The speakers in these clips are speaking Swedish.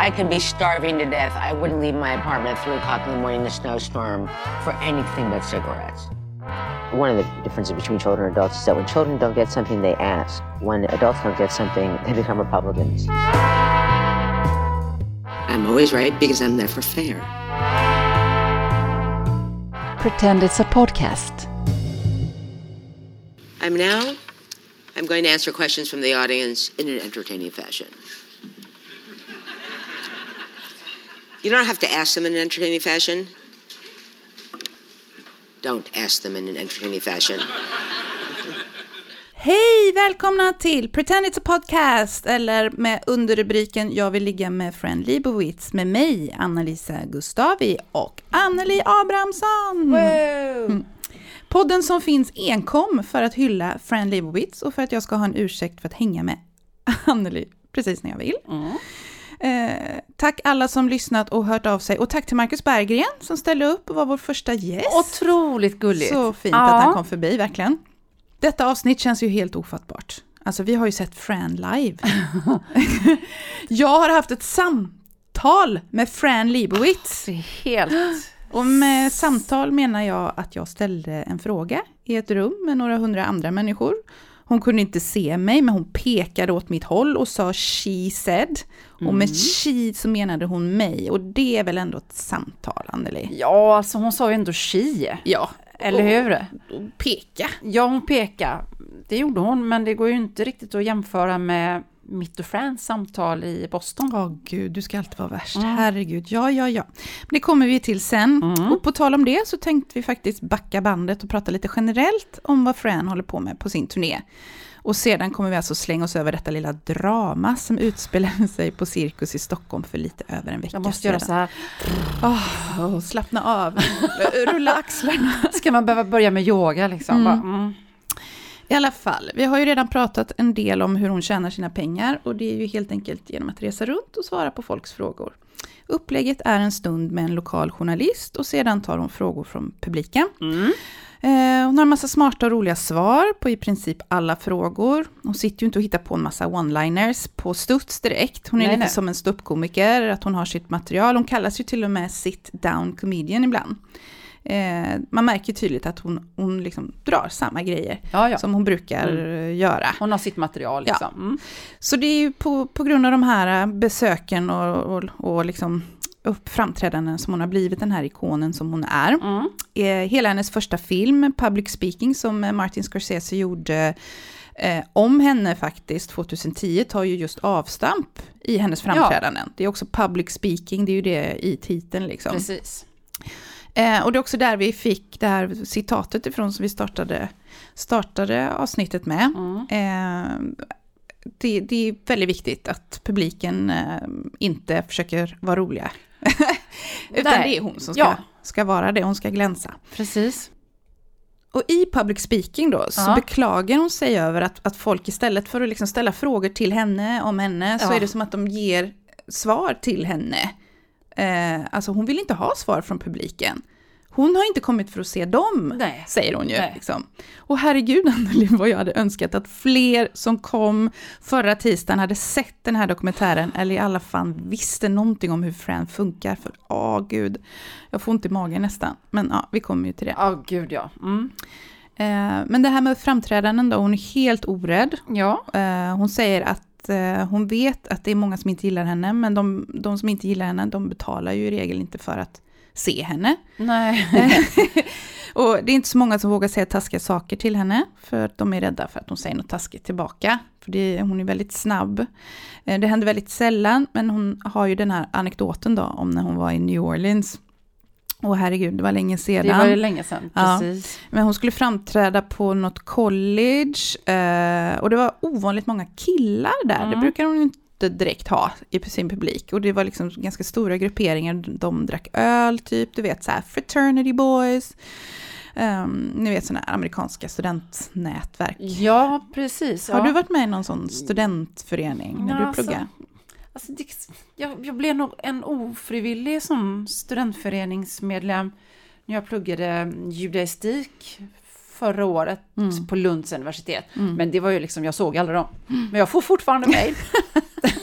I could be starving to death. I wouldn't leave my apartment at 3 o'clock in the morning in a snowstorm for anything but cigarettes. One of the differences between children and adults is that when children don't get something, they ask. When adults don't get something, they become Republicans. I'm always right because I'm never fair. Pretend it's a podcast. I'm going to answer questions from the audience in an entertaining fashion. You don't have to ask them in an entertaining fashion. Don't ask them in an entertaining fashion. Hej, välkomna till Pretend It's a Podcast, eller med underrubriken Jag vill ligga med Fran Lebowitz, med mig, Anna-Lisa Gustavi och Anneli Abrahamsson. Wow. Podden som finns enkom för att hylla Fran Lebowitz och för att jag ska ha en ursäkt för att hänga med Anneli precis när jag vill. Tack alla som lyssnat och hört av sig. Och tack till Marcus Berggren som ställde upp och var vår första gäst. Otroligt gulligt. Så fint att han kom förbi, verkligen. Detta avsnitt känns ju helt ofattbart. Alltså vi har ju sett Fran live. Jag har haft ett samtal med Fran Lebowitz. Helt. Och med samtal menar jag att jag ställde en fråga i ett rum med några 100 andra människor. Hon kunde inte se mig, men hon pekade åt mitt håll och sa she said. Och med she så menade hon mig. Och det är väl ändå ett samtal, Anneli? Ja, alltså hon sa ju ändå she. Ja. Eller hur? Och peka. Ja, hon pekade. Det gjorde hon, men det går ju inte riktigt att jämföra med mitt och Frans samtal i Boston. Gud, du ska alltid vara värst. Herregud, ja. Men det kommer vi till sen. Och på tal om det så tänkte vi faktiskt backa bandet och prata lite generellt om vad Fran håller på med på sin turné. Och sedan kommer vi alltså slänga oss över detta lilla drama som utspelade sig på Cirkus i Stockholm för lite över en vecka sedan. Jag måste göra så här. Slappna av. Rulla axlarna. Ska man behöva börja med yoga liksom? I alla fall, vi har ju redan pratat en del om hur hon tjänar sina pengar, och det är ju helt enkelt genom att resa runt och svara på folks frågor. Upplägget är en stund med en lokal journalist och sedan tar hon frågor från publiken. Hon har en massa smarta och roliga svar på i princip alla frågor. Hon sitter ju inte och hittar på en massa one-liners på studs direkt. Hon är lite som en ståuppkomiker, att hon har sitt material. Hon kallas ju till och med sit-down comedian ibland. Man märker tydligt att hon liksom drar samma grejer som hon brukar göra. Hon har sitt material liksom. Så det är ju på grund av de här besöken och liksom framträdanden som hon har blivit den här ikonen som hon är. Hela hennes första film, Public Speaking, som Martin Scorsese gjorde om henne faktiskt 2010, tar ju just avstamp i hennes framträdanden. Det är också Public Speaking, det är ju det i titeln liksom. Precis. Och det är också där vi fick det här citatet ifrån som vi startade avsnittet med. Det är väldigt viktigt att publiken inte försöker vara roliga. Utan det är hon som ska vara det, hon ska glänsa. Precis. Och i Public Speaking då så beklagar hon sig över att folk istället för att liksom ställa frågor till henne om henne så är det som att de ger svar till henne. Alltså hon vill inte ha svar från publiken. Hon har inte kommit för att se dem, säger hon ju. Liksom. Och herregud, Anneli, vad jag hade önskat att fler som kom förra tisdagen hade sett den här dokumentären, eller i alla fall visste någonting om hur Fran funkar. För gud, jag får ont i magen nästan. Men vi kommer ju till det. Gud, ja. Men det här med framträdanden då, hon är helt orädd. Ja. Hon säger att hon vet att det är många som inte gillar henne, men de som inte gillar henne, de betalar ju i regel inte för att se henne. Nej. Och det är inte så många som vågar säga taskiga saker till henne, för att de är rädda för att hon säger något taskigt tillbaka. För hon är väldigt snabb. Det händer väldigt sällan, men hon har ju den här anekdoten då om när hon var i New Orleans. Och herregud, det var länge sedan. Det var ju länge sedan, precis. Men hon skulle framträda på något college och det var ovanligt många killar där. Det brukar hon inte direkt ha i sin publik. Och det var liksom ganska stora grupperingar. De drack öl typ, du vet så här fraternity boys. Ni vet sådana här amerikanska studentnätverk. Ja, precis. Har du varit med i någon sån studentförening när du pluggade? Alltså, jag blev nog en ofrivillig som studentföreningsmedlem när jag pluggade judaistik förra året på Lunds universitet. Men det var ju liksom, jag såg aldrig dem. Men jag får fortfarande mejl. Det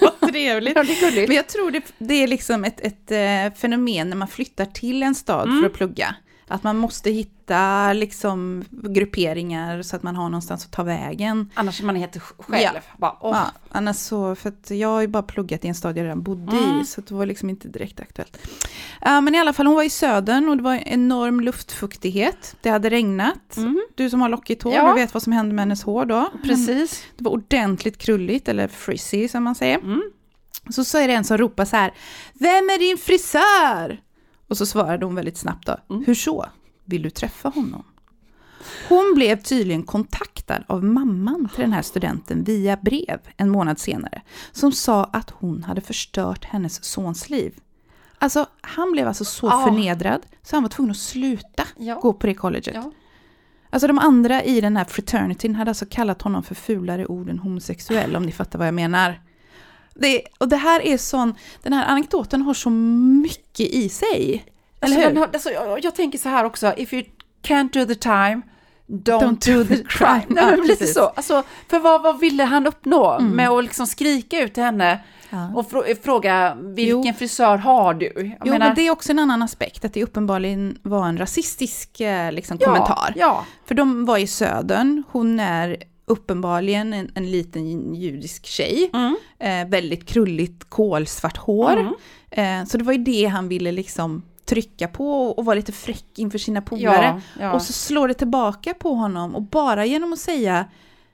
trevligt. Ja, det är gulligt. Men jag tror det är liksom ett fenomen när man flyttar till en stad för att plugga. Att man måste hitta liksom grupperingar så att man har någonstans att ta vägen. Annars är man helt själv. Ja. Bara, Ja, annars så, för att jag har ju bara pluggat i en stad jag redan bodde i, så det var liksom inte direkt aktuellt. Men i alla fall, hon var i södern och det var enorm luftfuktighet. Det hade regnat. Du som har lockigt hår, du vet vad som hände med hennes hår då. Precis. Det var ordentligt krulligt, eller frizzy som man säger. Så är det en som ropar så här: vem är din frisör? Och så svarade hon väldigt snabbt då: hur så? Vill du träffa honom? Hon blev tydligen kontaktad av mamman till den här studenten via brev en månad senare, som sa att hon hade förstört hennes sons liv. Alltså, han blev alltså så förnedrad så han var tvungen att sluta gå på det colleget. Ja. Alltså de andra i den här fraternityn hade alltså kallat honom för fulare ord än homosexuell, om ni fattar vad jag menar. Det här är sån, den här anekdoten har så mycket i sig. Alltså, jag tänker så här också: if you can't do the time, don't do the crime. Nej, men lite så. Alltså, för vad ville han uppnå med att liksom skrika ut till henne och fråga vilken frisör har du? Men det är också en annan aspekt, att det uppenbarligen var en rasistisk kommentar. Ja. För de var i södern, hon är uppenbarligen en liten judisk tjej. Väldigt krulligt kolsvart hår. Så det var ju det han ville liksom trycka på och vara lite fräck inför sina polare. Och så slår det tillbaka på honom. Och bara genom att säga: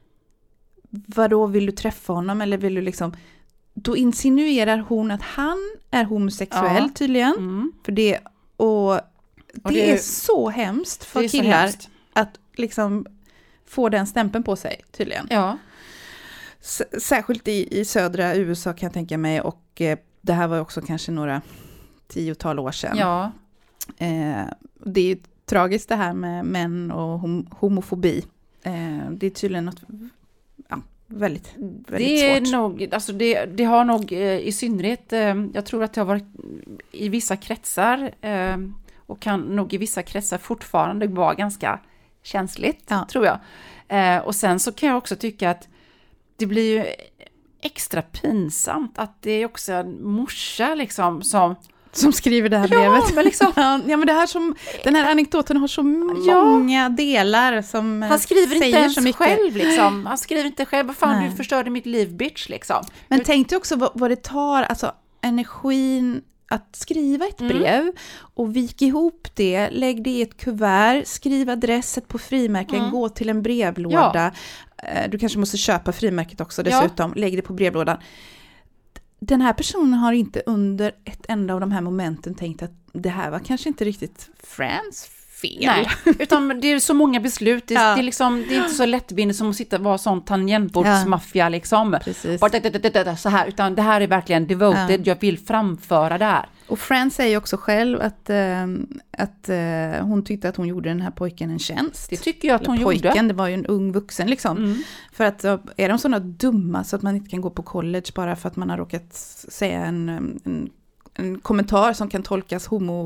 vadå, vill du träffa honom? Eller vill du liksom... Då insinuerar hon att han är homosexuell tydligen. För det, och det är så hemskt för killar att liksom få den stämpeln på sig tydligen. Ja. Särskilt i södra USA kan jag tänka mig. Och det här var också kanske några 10-tal år sedan. Ja. Det är ju tragiskt det här med män och homofobi. Det är tydligen något väldigt det är svårt. Nog, alltså det har nog i synnerhet, jag tror att det har varit i vissa kretsar och kan nog i vissa kretsar fortfarande vara ganska känsligt, tror jag. Och sen så kan jag också tycka att det blir ju extra pinsamt att det är också en morsa liksom som skriver det här brevet. Men liksom, men det här som, den här anekdoten har så många delar som han skriver säger inte ens så mycket. Själv liksom. Han skriver inte själv, vad fan, du förstörde mitt liv, bitch liksom. Men tänk dig också vad det tar, alltså energin att skriva ett brev och vika ihop det, lägg det i ett kuvert, skriva adresset på frimärken, gå till en brevlåda. Du kanske måste köpa frimärket också dessutom, lägg det på brevlådan. Den här personen har inte under ett enda av de här momenten tänkt att det här var kanske inte riktigt Frans fel. Nej, utan det är så många beslut. Det är inte så lättvindigt som att vara sån tangentbordsmaffia liksom. Precis. Så här, utan det här är verkligen devoted. Jag vill framföra det här. Och Frans säger också själv att hon tyckte att hon gjorde den här pojken en tjänst. Det tycker jag att hon gjorde. Det var ju en ung vuxen liksom. För att är de sådana dumma så att man inte kan gå på college bara för att man har råkat säga en kommentar som kan tolkas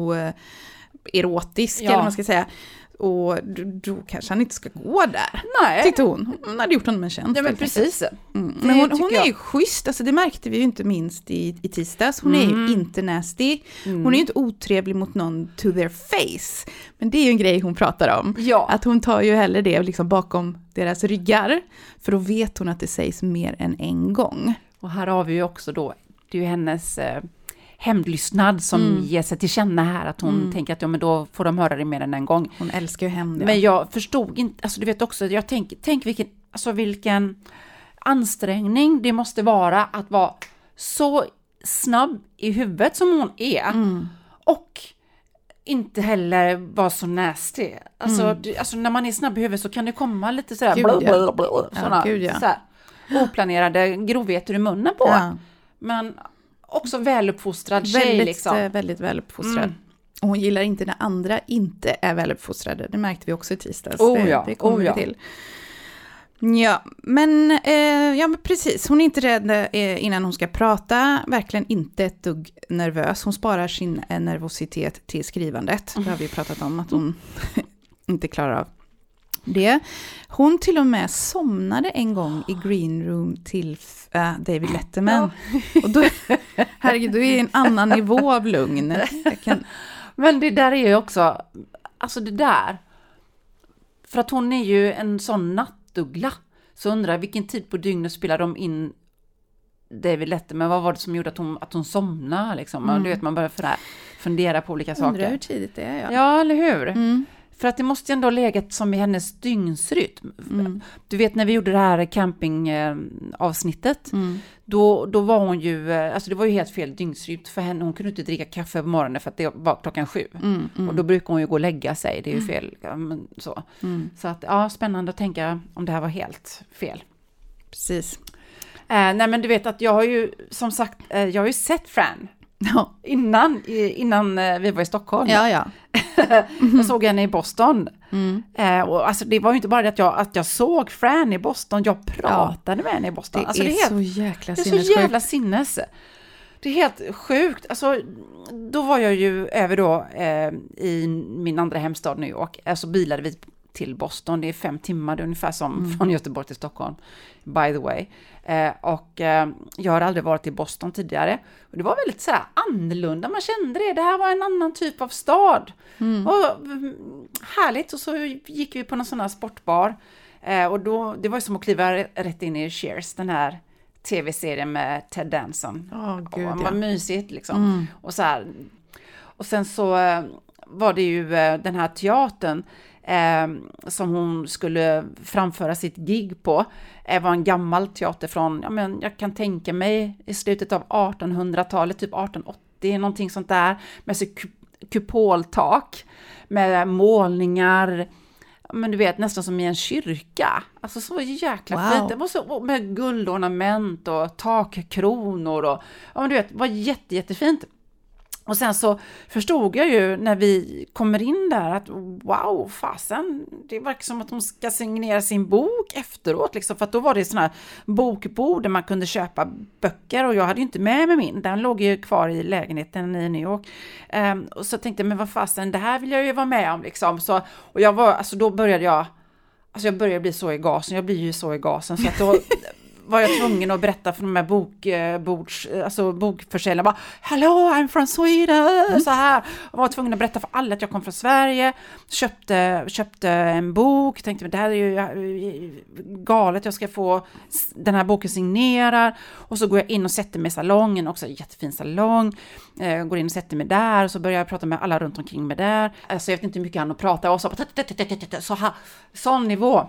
homoerotisk eller vad man ska säga. Och då kanske han inte ska gå där. Nej. Tyckte hon. Hon hade gjort honom en tjänst. Ja, men precis. Men hon är ju schysst. Alltså det märkte vi ju inte minst i tisdags. Hon är ju inte nasty. Hon är ju inte otrevlig mot någon to their face. Men det är ju en grej hon pratar om. Ja. Att hon tar ju hellre det liksom bakom deras ryggar. För då vet hon att det sägs mer än en gång. Och här har vi ju också då, det är ju hennes hämndlystnad som ger sig till känna här, att hon tänker att men då får de höra det mer än en gång. Hon älskar ju hämnd. Men jag förstod inte, alltså du vet också, jag tänk vilken ansträngning det måste vara att vara så snabb i huvudet som hon är och inte heller vara så nasty. Alltså när man är snabb i huvudet så kan det komma lite sådär sådär oplanerade grovheter i munnen på. Ja. Men också väluppfostrad tjej liksom. Väldigt väluppfostrad. Och hon gillar inte när andra inte är väluppfostrade. Det märkte vi också i tisdags. Det kommer vi till. Ja, men precis. Hon är inte rädd innan hon ska prata. Verkligen inte ett dugg nervös. Hon sparar sin nervositet till skrivandet. Det har vi pratat om att hon inte klarar av. det. Hon till och med somnade en gång i green room till David Letterman. Och då, herregud, då är det en annan nivå av lugn. Men det där är ju också, alltså det där, för att hon är ju en sån nattuggla, så undrar vilken tid på dygnet spelar de in David Letterman, vad var det som gjorde att hon somnade liksom? Du vet, man börjar fundera på olika saker. Undrar hur tidigt det är, ja. Ja, eller hur? För att det måste ju ändå ha legat som i hennes dygnsrytm. Du vet, när vi gjorde det här campingavsnittet, då var hon ju, alltså det var ju helt fel dygnsrytm för henne. Hon kunde inte dricka kaffe på morgonen för att det var 7:00. Och då brukar hon ju gå och lägga sig, det är ju fel. Så. Så att, ja, spännande att tänka om det här var helt fel. Precis. Nej, men du vet att jag har ju, som sagt, jag har ju sett Fran. Ja. Innan vi var i Stockholm. Ja. Jag såg henne i Boston. Och alltså, det var ju inte bara det att jag såg Fran i Boston. Jag pratade med henne i Boston. Det alltså, är helt, så jäkla det är sinnessjukt. så jävla sinnes. Det är helt sjukt. Alltså, då var jag ju över då i min andra hemstad New York. Alltså bilade vi till Boston. Det är 5 timmar, det är ungefär som från Göteborg till Stockholm. By the way. Jag har aldrig varit i Boston tidigare. Och det var väldigt så här annorlunda. Man kände det. Det här var en annan typ av stad. Och härligt. Och så gick vi på någon sån här sportbar. Och då, det var ju som att kliva rätt in i Cheers. Den här tv-serien med Ted Danson. Gud, och vad mysigt liksom. Och så här. Och sen så var det ju den här teatern som hon skulle framföra sitt gig på. Det var en gammal teater från, jag kan tänka mig i slutet av 1800-talet, typ 1880, någonting sånt där, med så kupoltak, med målningar, men du vet, nästan som i en kyrka. Alltså så jäkla fint. Det var så, med guldornament och takkronor och, men du vet, det var jättefint. Och sen så förstod jag ju när vi kommer in där att wow, fasen, det verkar som att hon ska signera sin bok efteråt liksom, för att då var det sån här bokbord där man kunde köpa böcker och jag hade ju inte med mig min, den låg ju kvar i lägenheten i New York. Och så tänkte jag, men vad fasen, det här vill jag ju vara med om liksom. Så, och jag var, alltså då började jag bli så i gasen, jag blir ju så i gasen så att då var jag tvungen att berätta för de här bokförsäljarna bara, hello, I'm from Sweden, så här. Jag var tvungen att berätta för alla att jag kom från Sverige, köpte en bok, tänkte, men det här är ju galet, jag ska få den här boken signerad, och så går jag in och sätter mig i salongen, också en jättefin salong, går in och sätter mig där, och så börjar jag prata med alla runt omkring mig där, alltså jag vet inte hur mycket han att prata, och så här, sån nivå.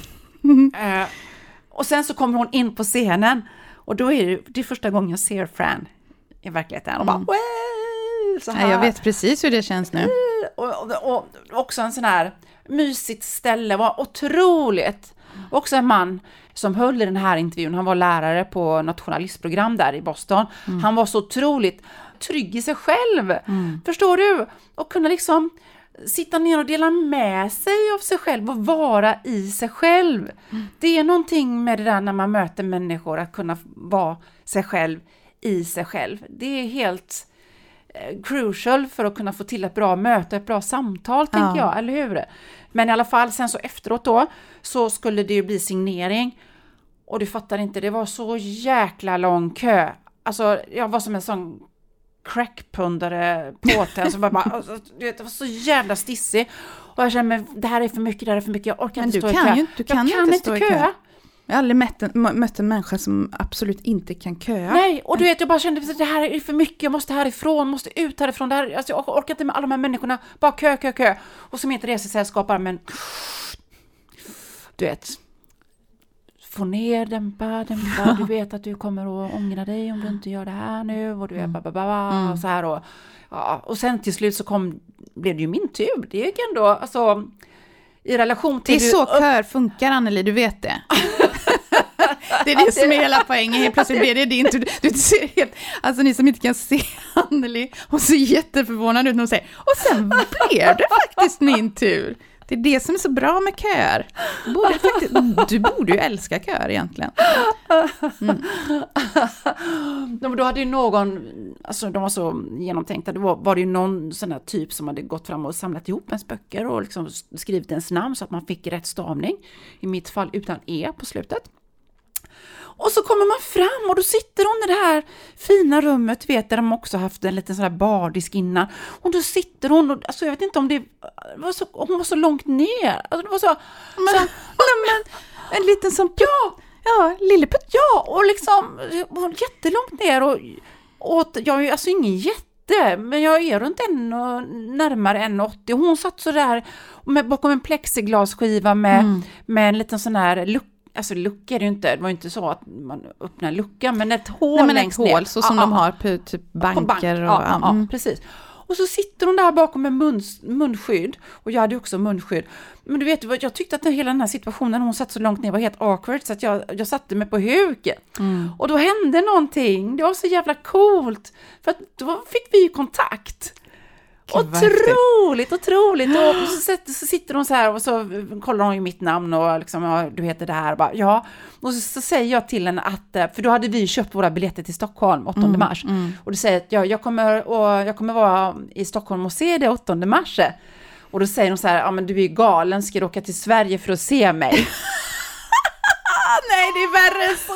Och sen så kommer hon in på scenen och då är det första gången jag ser Fran i verkligheten och bara så här. Jag vet precis hur det känns nu. Och också en sån här mysigt ställe, var otroligt. Också en man som höll i den här intervjun, han var lärare på något journalistprogram där i Boston. Han var så otroligt trygg i sig själv. Förstår du? Och kunna liksom sitta ner och dela med sig av sig själv och vara i sig själv. Det är någonting med det där när man möter människor, att kunna vara sig själv i sig själv. Det är helt crucial för att kunna få till ett bra möte, ett bra samtal, tänker jag, eller hur? Men i alla fall, sen så efteråt då, så skulle det ju bli signering. Och du fattar inte, det var så jäkla lång kö. Alltså, jag var som en sån crackpundare på den som alltså, det var så jävla stissig, och jag känner, men det här är för mycket, jag orkar inte stå i kö. Du kan inte stå i kö. Jag har aldrig mött en människa som absolut inte kan köa. Nej, och du vet, jag bara kände att det här är för mycket, jag måste härifrån, måste ut härifrån, det här, alltså, jag orkar inte med alla de här människorna, bara kö. Och som heter resesällskapare, men du vet, få ner, dämpa, du vet att du kommer att ångra dig om du inte gör det här nu, och du vet, och så här, och sen till slut så blev det ju min tur. Det gick ändå, alltså, i relation till... Det är så kör funkar, Anneli, du vet det. Det är det som är hela poängen. Helt plötsligt blir det din tur. Du ser helt... Alltså ni som inte kan se Anneli, och så jätteförvånad ut när hon säger, och sen blev det faktiskt min tur. Det är det som är så bra med köer. Du borde ju älska köer egentligen. Då hade ju någon alltså de var så genomtänkta. Det var det ju någon sån här typ som hade gått fram och samlat ihop ens böcker och liksom skrivit ens namn så att man fick rätt stavning. I mitt fall utan E på slutet. Och så kommer man fram och då sitter hon i det här fina rummet, vet, där de också haft en liten sån här bardisk innan. Och då sitter hon, och, alltså jag vet inte om det var så, hon var så långt ner. Alltså det var så, en liten som lilleputt. Ja, och liksom hon jättelångt ner och jag är ju alltså ingen jätte, men jag är runt närmare 1,80. Hon satt så där bakom en plexiglasskiva med en liten sån här lucka. Alltså lucka är det ju inte, det var ju inte så att man öppnar lucka, men ett hål längst ner. Ett hål, så som de har på typ banker. Ja, precis. Och så sitter hon där bakom med munskydd, och jag hade också munskydd. Men du vet, jag tyckte att hela den här situationen, hon satt så långt ner, var helt awkward, så att jag satte mig på huk. Och då hände någonting, det var så jävla coolt, för att då fick vi ju kontakt. Otroligt. Och så sitter hon så här och så kollar hon ju mitt namn och liksom, ja, du heter det här. Bara, ja. Och så säger jag till henne att, för då hade vi köpt våra biljetter till Stockholm 8 mars. Och då säger jag att jag kommer vara i Stockholm och se det 8 mars. Och då säger hon så här, ja men du är ju galen, ska du åka till Sverige för att se mig? Nej, det är värre så.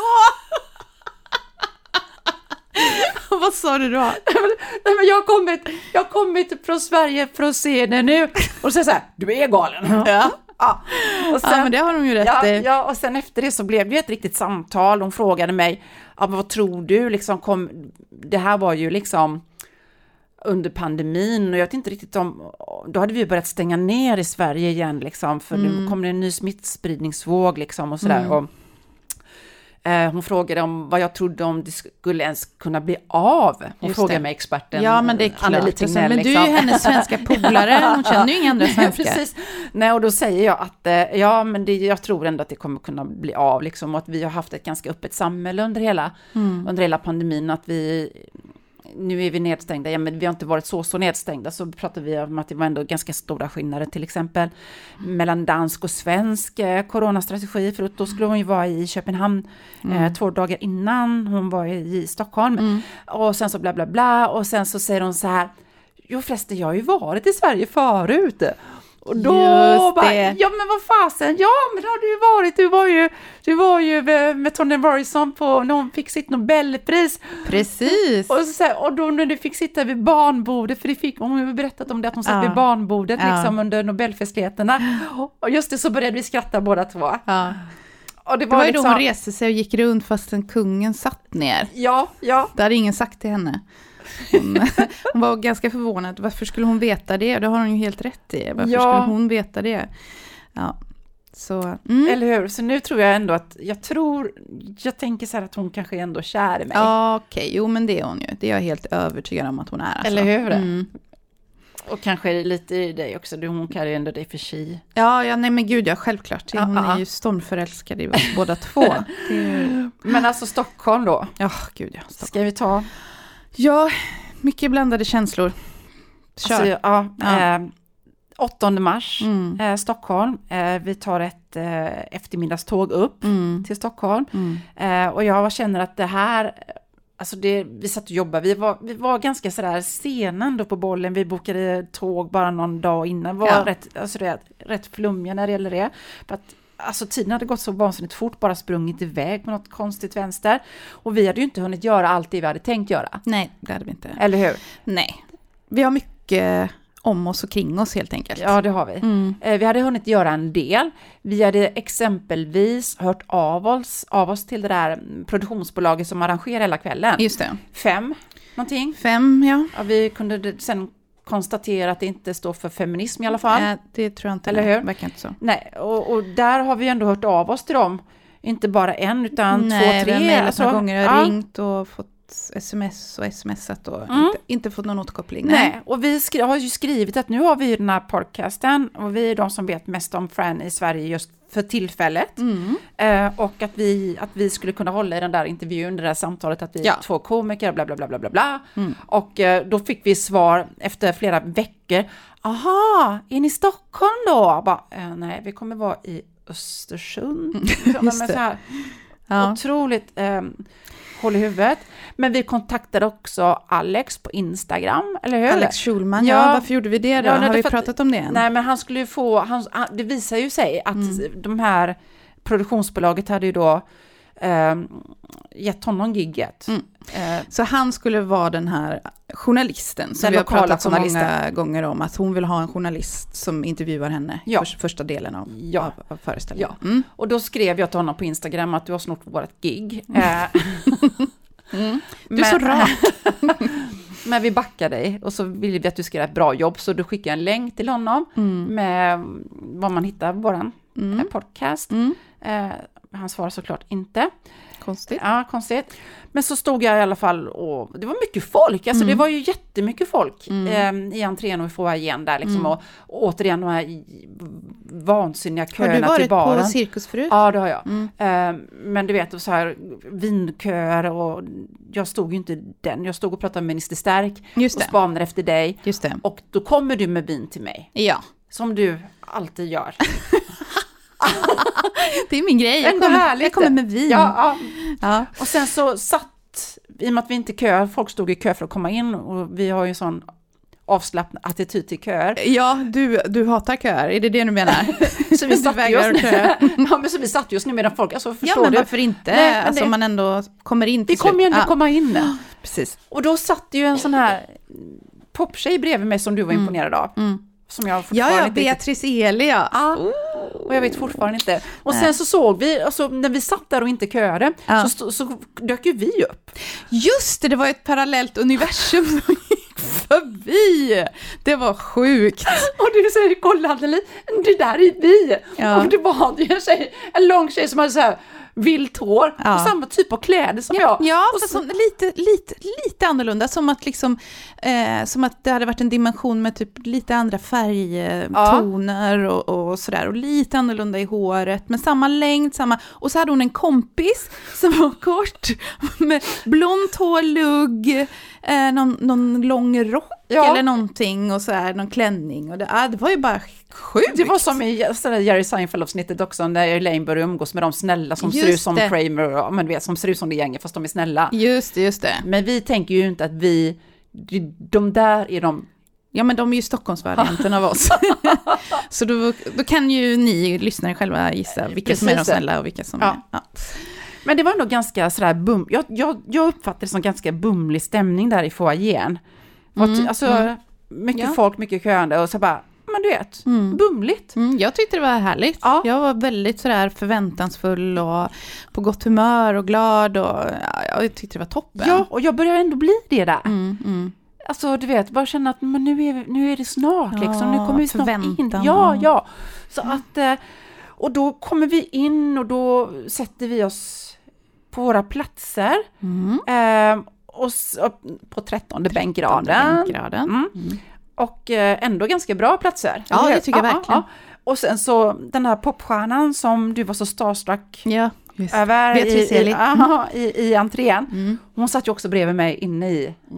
Vad sa du då? Nej, men jag har kommit från Sverige för att se det nu. Och så här, du är galen. Ja. Och sen, men det har de ju rätt i. Ja, och sen efter det så blev det ett riktigt samtal. Hon frågade mig, men vad tror du? Liksom, det här var ju liksom under pandemin, och jag vet inte riktigt då hade vi börjat stänga ner i Sverige igen liksom, för nu kom det en ny smittspridningsvåg liksom och sådär. Och hon frågade om vad jag trodde om det skulle ens kunna bli av. Hon frågade mig, experten. Ja, men det är klart. Tignell, men du är ju hennes svenska polare. Hon känner ju inga andra svenskar. Precis. Nej, och då säger jag att jag tror ändå att det kommer kunna bli av. Liksom, och att vi har haft ett ganska öppet samhälle under hela pandemin. Att nu är vi nedstängda. Ja, men vi har inte varit så nedstängda. Så pratar vi om att det var ändå ganska stora skillnader till exempel mellan dansk och svensk coronastrategi. För då skulle hon ju vara i Köpenhamn 2 dagar innan hon var i Stockholm. Och sen så bla bla bla. Och sen så säger hon så här, jo förresten, jag har ju varit i Sverige förut. Och då bara, ja men vad fasen, ja men har du ju varit, du var ju med Toni Morrison när hon fick sitt Nobelpris. Precis. Och då när du fick sitta vid barnbordet, för hon har ju berättat om det, att hon satt vid barnbordet liksom under Nobelfestligheterna. Och just det, så började vi skratta båda två. Ja. Och det var ju liksom, då hon reste sig och gick runt fastän kungen satt ner. Ja. Det hade ingen sagt till henne. Hon var ganska förvånad. Varför skulle hon veta det? Det har hon ju helt rätt i. Varför skulle hon veta det? Ja. Så, Eller hur? Så nu tror jag ändå att jag tänker så här att hon kanske är ändå kär i mig. Ja, okej. Jo, men det är hon ju. Det är jag helt övertygad om att hon är. Alltså. Eller hur? Och kanske lite i dig också. Hon kallar ju ändå dig för tji. Ja, nej men gud, självklart. Hon är ju stormförälskad i båda två. Men alltså Stockholm då? Ja, gud ja. Stockholm. Ska vi ta... Ja, mycket blandade känslor. Kör. Alltså, 8 mars, Stockholm. Vi tar ett eftermiddagståg upp till Stockholm. Och jag känner att det här... Alltså vi satt och jobbade, vi var ganska sådär sena ändå på bollen. Vi bokade tåg bara någon dag innan. Var rätt flummiga när det gäller det. För att alltså tiden hade gått så vansinnigt fort, bara sprungit iväg på något konstigt vänster. Och vi hade ju inte hunnit göra allt det vi hade tänkt göra. Nej, det hade vi inte. Eller hur? Nej. Vi har mycket om oss och kring oss helt enkelt. Ja, det har vi. Vi hade hunnit göra en del. Vi hade exempelvis hört av oss till det där produktionsbolaget som arrangerar hela kvällen. Just det. 5 någonting. 5, ja. Ja, vi kunde sen konstatera att det inte står för feminism i alla fall. Det tror jag inte. Eller hur? Verkar inte så. Nej, och där har vi ändå hört av oss till dem. Inte bara en, utan 2, 3. Vi har mejlat några gånger. Jag har ringt och fått sms och smsat och inte fått någon återkoppling. Nej, och vi har ju skrivit att nu har vi den här podcasten och vi är de som vet mest om Fran i Sverige just för tillfället. Och att vi skulle kunna hålla i den där intervjun, det där samtalet, att vi är 2 komiker, bla bla bla bla bla bla. Och då fick vi svar efter flera veckor. Aha, är ni i Stockholm då? Bara, nej, vi kommer vara i Östersund. Så här, otroligt hål i huvudet. Men vi kontaktade också Alex på Instagram, eller hur? Alex Schulman, ja. Varför gjorde vi det då? Har vi pratat om det än? Nej, men han skulle ju få, det visar ju sig att de här produktionsbolaget hade ju då gett honom gigget. Så han skulle vara den här journalisten som vi har pratat så många gånger om, att hon vill ha en journalist som intervjuar henne första delen av föreställningen. Ja. Och då skrev jag till honom på Instagram att du har snart vårt gig. Du är så rak. Men vi backar dig och så vill vi att du ska göra ett bra jobb, så du skickar en länk till honom med var man hittar våran podcast. Han svarar såklart inte. Konstigt. Ja, konstigt. Men så stod jag i alla fall och det var mycket folk. Alltså det var ju jättemycket folk i entrén och foajén där liksom. Och återigen de här vansinniga köerna till baren. Har du varit på cirkus förut? Ja, det har jag. Men du vet, så här vinköer och jag stod ju inte den. Jag stod och pratade med Minister Stärk och spanade efter dig. Just det. Och då kommer du med vin till mig. Ja. Som du alltid gör. Det är min grej. Jag kommer med vin. Ja. Och sen så satt, i och med att vi inte köar, folk stod i kö för att komma in och vi har ju en sån avslappnad attityd till köer. Ja, du hatar köer. Är det du menar? Så vi satt vi satt just nu medan folk, alltså förstår men du? Varför inte? Nej, alltså man ändå kommer in till slut. Vi kommer ju ändå komma in. Precis. Och då satt ju en sån här poptjej bredvid mig som du var imponerad av. Som jag fortfarande Beatrice Eli, och jag vet fortfarande inte. Och sen så såg vi, alltså när vi satt där och inte köade, så dök ju vi upp. Just det var ett parallellt universum som gick förbi. Det var sjukt. Och du säger, kolla Anneli, det där är vi. Och det var ju en lång tjej som hade så här vilt hår och samma typ av kläder som jag. Ja, och så, lite annorlunda, som att liksom som att det hade varit en dimension med typ lite andra färgtoner och sådär, och lite annorlunda i håret, men samma längd, och så hade hon en kompis som var kort med blont hår, lugg, någon lång rock eller någonting, och så här någon klänning, och det var ju bara sjukt. Det var som i Jerry Seinfeld-avsnittet också, när Elaine började umgås med de snälla som ser ut som Kramer, men vet, som ser ut som det gänget, fast de är snälla. Just det. Men vi tänker ju inte att de där är de... Ja, men de är ju Stockholmsvarianten av oss. Så då kan ju ni lyssnare själva gissa vilka som är de snälla och vilka som är... Ja. Men det var ändå ganska sådär jag uppfattade det som ganska bumlig stämning där i foajén. Mycket folk, mycket köande, och så bara, men du vet, bumligt. Jag tyckte det var härligt. Ja. Jag var väldigt sådär förväntansfull och på gott humör och glad, och jag tyckte det var toppen. Ja, och jag började ändå bli det där. Alltså du vet, bara känna att men nu är det snart liksom, nu kommer vi snart in. Ja. Så att och då kommer vi in och då sätter vi oss på våra platser. Och på 13:e bänkraden. Och ändå ganska bra platser. Ja, det tycker jag verkligen. Och sen så den här popstjärnan som du var så starstruck över i entrén. Hon satt ju också bredvid mig inne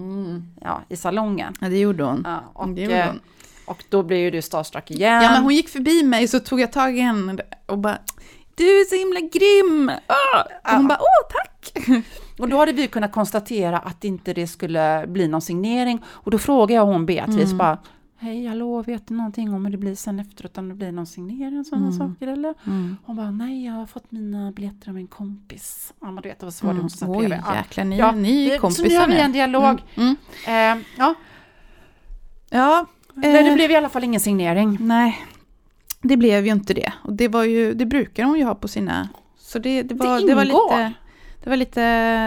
i salongen. Ja, det gjorde hon. Och då blev ju du starstruck igen. Ja, men hon gick förbi mig, så tog jag tag i henne och bara, du är så himla grym. Och hon bara, tack. Och då hade vi kunnat konstatera att inte det skulle bli någon signering. Och då frågade jag hon Beatrice bara, hej, hallå, vet du någonting om hur det blir sen efteråt, om det blir någon signering och sådana saker, eller? Hon bara, nej, jag har fått mina biljetter av min kompis. Ja, men du vet, det var så var det hon som satt bredvid. Jäklar, ni är kompisar. Så nu har vi en dialog. Men det blev i alla fall ingen signering. Nej, det blev ju inte det. Och det brukar hon ju ha på sina... Så det var lite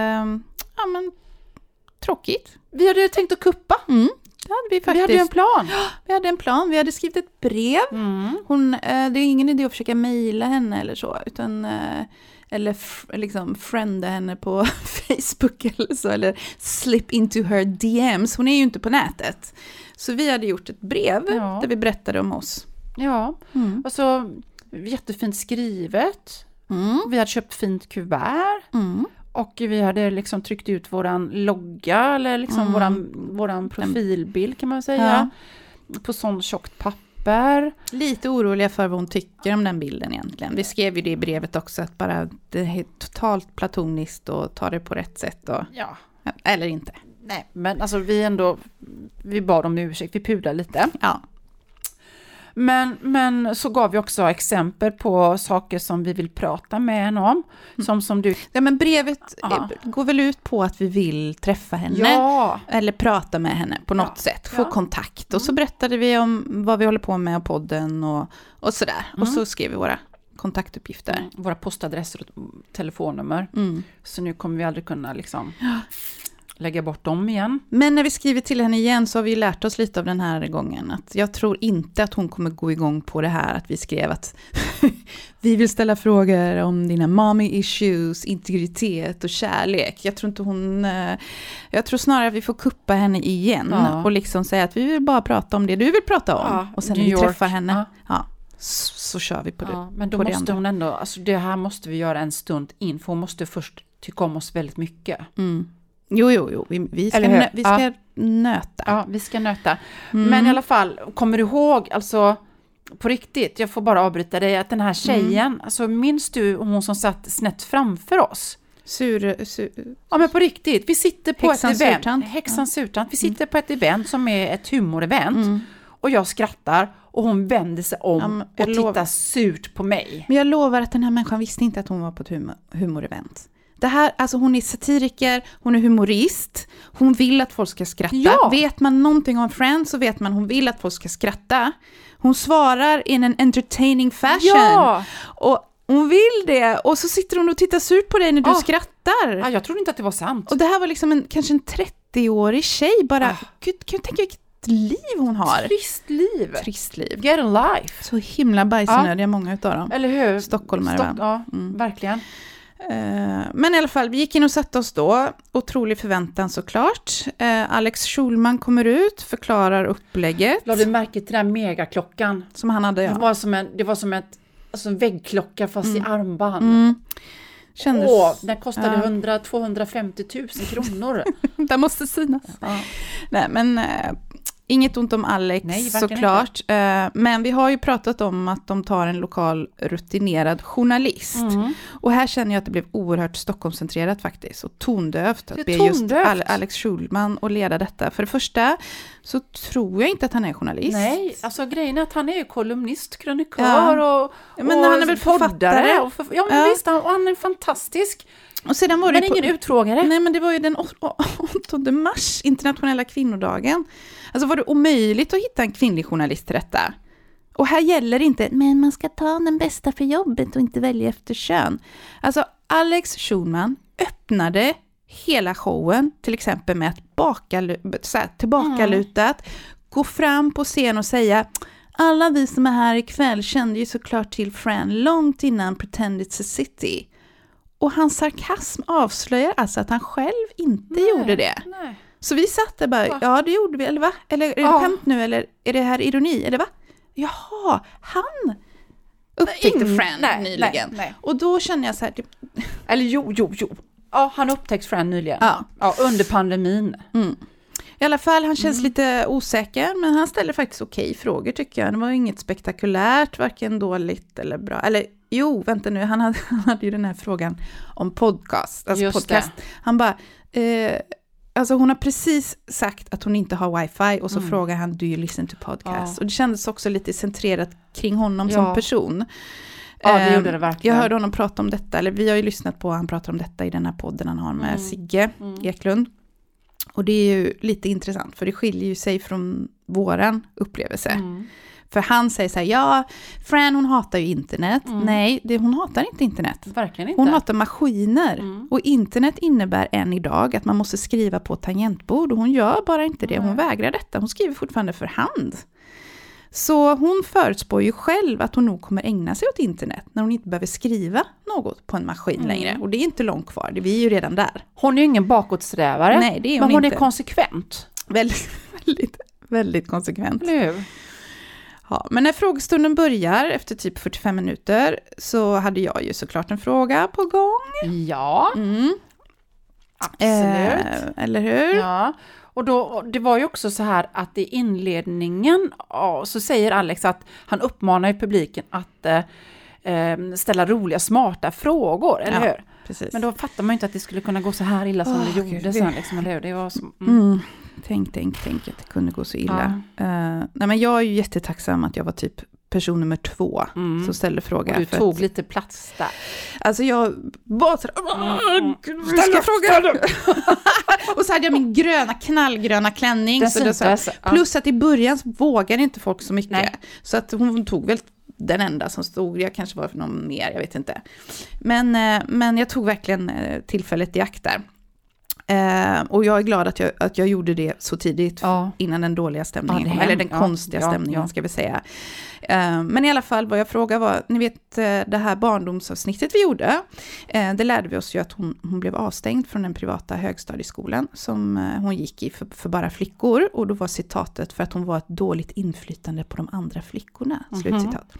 tråkigt. Vi hade tänkt att kuppa. Det hade vi faktiskt. Vi hade en plan. Vi hade en plan. Vi hade skrivit ett brev. Det är ingen idé att försöka mejla henne eller så, utan eller liksom frienda henne på Facebook eller så, eller slip into her DMs. Hon är ju inte på nätet. Så vi hade gjort ett brev där vi berättade om oss. Ja. Alltså jättefint skrivet. Vi hade köpt fint kuvert. Och vi hade liksom tryckt ut våran logga, eller liksom våran profilbild kan man säga, på sån tjockt papper. exempel. Lite oroliga för vad hon tycker om den bilden egentligen. Vi skrev ju det i brevet också, att bara det är totalt platoniskt och ta det på rätt sätt. Och, Ja. eller inte. Nej, men alltså vi bad om ursäkt, vi pudlade lite. Ja. Men så gav vi också exempel på saker som vi vill prata med henne om. Som du... Ja, men brevet går väl ut på att vi vill träffa henne. Ja. Eller prata med henne på något sätt. Få kontakt. Och så berättade vi om vad vi håller på med och podden och sådär. Och så skrev vi våra kontaktuppgifter. Våra postadresser och telefonnummer. Så nu kommer vi aldrig kunna liksom lägga bort dem igen. Men när vi skriver till henne igen så har vi lärt oss lite av den här gången. Att jag tror inte att hon kommer gå igång på det här att vi skrev att vi vill ställa frågor om dina mommy issues, integritet och kärlek. Jag tror inte jag tror snarare att vi får kuppa henne igen och liksom säga att vi vill bara prata om det du vill prata om. Ja, och sen när vi träffar henne så kör vi på det. Men då på måste hon ändå, alltså det här måste vi göra en stund in, för hon måste först tycka om oss väldigt mycket. Jo. Vi ska nöta. Ja, vi ska nöta. Men i alla fall, kommer du ihåg, alltså på riktigt, jag får bara avbryta dig, att den här tjejen, alltså minns du hon som satt snett framför oss? Ja, men på riktigt, vi sitter på ett event. Häxan Surtant. Vi sitter på ett event som är ett humorevent. Och jag skrattar och hon vänder sig om och tittar surt på mig. Men jag lovar att den här människan visste inte att hon var på ett humorevent. Det här, alltså hon är satiriker, hon är humorist, hon vill att folk ska skratta. Ja. Vet man någonting om Friends så vet man hon vill att folk ska skratta. Hon svarar in en entertaining fashion. Ja. Och hon vill det. Och så sitter hon och tittar surt på dig när du skrattar. Ja, jag trodde inte att det var sant. Och det här var liksom kanske en 30-årig tjej bara. Gud, kan du tänka vilket liv hon har? Trist liv. Get a life. Så himla bajsnödiga många utav dem. Eller hur? Stockholmare. Ja, verkligen. Men i alla fall, vi gick in och satte oss då. Otrolig förväntan såklart. Alex Schulman kommer ut, förklarar upplägget. Jag lade märke till den här megaklockan. Som han hade, Det var som en väggklocka fast i armband. Kändes... Den kostade 250 000 kronor. Det måste synas. Nej, men... Inget ont om Alex. Nej, såklart. Men vi har ju pratat om att de tar en lokal rutinerad journalist. Och här känner jag att det blev oerhört Stockholmscentrerat faktiskt. Och tondövt att be just Alex Schulman att leda detta. För det första så tror jag inte att han är journalist. Nej, alltså grejen är att han är ju kolumnist, krönikör och men han är väl författare. Visst, och han är fantastisk. Och sedan var men ingen utfrågare. Nej, men det var ju den 8 mars, internationella kvinnodagen. Alltså var det omöjligt att hitta en kvinnlig journalist till detta? Och här gäller inte, men man ska ta den bästa för jobbet och inte välja efter kön. Alltså Alex Schulman öppnade hela showen till exempel med att tillbakalutat gå fram på scen och säga: alla vi som är här ikväll kände ju såklart till Fran långt innan Pretend It's a City. Och hans sarkasm avslöjar alltså att han själv inte gjorde det. Nej. Så vi satt där bara, ja det gjorde vi, eller va? Eller är det skämt nu, eller är det här ironi, eller va? Jaha, han upptäckte Fran nyligen. Nej. Och då känner jag så här... Eller jo. Ja, han upptäckte Fran nyligen. Ja, under pandemin. I alla fall, han känns lite osäker, men han ställer faktiskt okej frågor tycker jag. Det var inget spektakulärt, varken dåligt eller bra. Eller jo, vänta nu, han hade ju den här frågan om podcast. Alltså podcast. Han bara... Alltså hon har precis sagt att hon inte har wifi och så frågar han, do you listen to podcast? Och det kändes också lite centrerat kring honom som person. Ja, det gjorde det verkligen. Jag hörde honom prata om detta, eller vi har ju lyssnat på, han pratar om detta i den här podden han har med Sigge Eklund. Och det är ju lite intressant, för det skiljer ju sig från våran upplevelse. För han säger så här, ja, Fran hon hatar ju internet. Nej, hon hatar inte internet. Verkligen inte. Hon hatar maskiner. Och internet innebär än idag att man måste skriva på tangentbord. Och hon gör bara inte det. Hon vägrar detta. Hon skriver fortfarande för hand. Så hon förutspår ju själv att hon nog kommer ägna sig åt internet när hon inte behöver skriva något på en maskin längre. Och det är inte långt kvar. Vi är ju redan där. Hon är ju ingen bakåtsträvare. Nej, det är hon men hon inte. Är konsekvent. Väldigt konsekvent. Eller hur? Ja, men när frågestunden börjar efter typ 45 minuter så hade jag ju såklart en fråga på gång. Ja, absolut. Eller hur? Ja, Och då, det var ju också så här att i inledningen så säger Alex att han uppmanar ju publiken att ställa roliga, smarta frågor, eller hur? Precis. Men då fattar man ju inte att det skulle kunna gå så här illa som det gjorde sen, liksom, eller hur? Det var så, Tänk att det kunde gå så illa. Nej, men jag är ju jättetacksam att jag var typ person nummer 2 som ställde frågan. Och du tog lite plats där. Alltså jag var så ställa frågan. Och så hade jag min knallgröna klänning. Plus att i början vågade inte folk så mycket. Nej. Så att hon tog väl den enda som stod. Jag kanske var för någon mer, jag vet inte. Men jag tog verkligen tillfället i akt där. Och jag är glad att jag gjorde det så tidigt innan den dåliga stämningen kom, eller den konstiga stämningen ska vi säga. Men i alla fall vad jag frågade var, ni vet det här barndomsavsnittet vi gjorde, det lärde vi oss ju att hon blev avstängd från den privata högstadieskolan som hon gick i för bara flickor, och då var citatet för att hon var ett dåligt inflytande på de andra flickorna, slutcitat.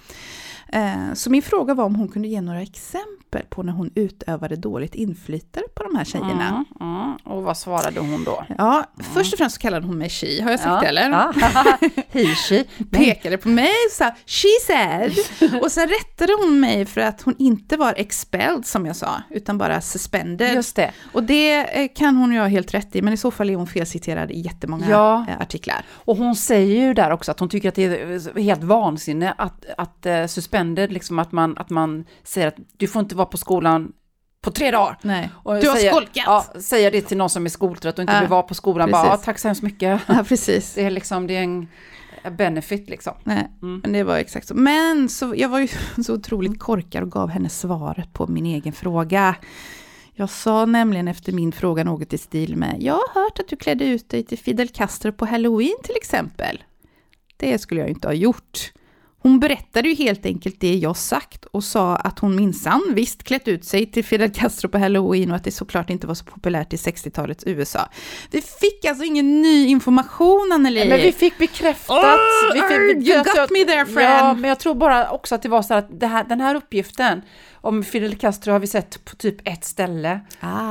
Så min fråga var om hon kunde ge några exempel på när hon utövade dåligt inflytande på de här tjejerna. Och vad svarade hon då? Ja, först och främst så kallade hon mig she, har jag sagt det eller? Ja. He, she. Pekade på mig och sa, she said. Och sen rättade hon mig för att hon inte var expelled som jag sa, utan bara suspended. Just det. Och det kan hon ju ha helt rätt i, men i så fall är hon felciterad i jättemånga artiklar. Och hon säger ju där också att hon tycker att det är helt vansinne att suspended, liksom att man säger att du får inte vara på skolan på 3 dagar. Nej. Och du har skolkat. Ja, säger det till någon som är skoltrött och inte vill vara på skolan. Bara, tack så hemskt mycket. Ja, precis. Det är en benefit liksom. Nej, men det var exakt så. Men så, jag var ju så otroligt korkad och gav henne svaret på min egen fråga. Jag sa nämligen efter min fråga något i stil med, jag har hört att du klädde ut dig till Fidel Castro på Halloween till exempel. Det skulle jag inte ha gjort. Hon berättade ju helt enkelt det jag sagt och sa att hon minsann visst klätt ut sig till Fidel Castro på Halloween och att det såklart inte var så populärt i 60-talets USA. Vi fick alltså ingen ny information, Anneli. Men vi fick bekräftat. You got me there, friend. Ja, men jag tror bara också att det var så att den här uppgiften om Fidel Castro har vi sett på typ ett ställe.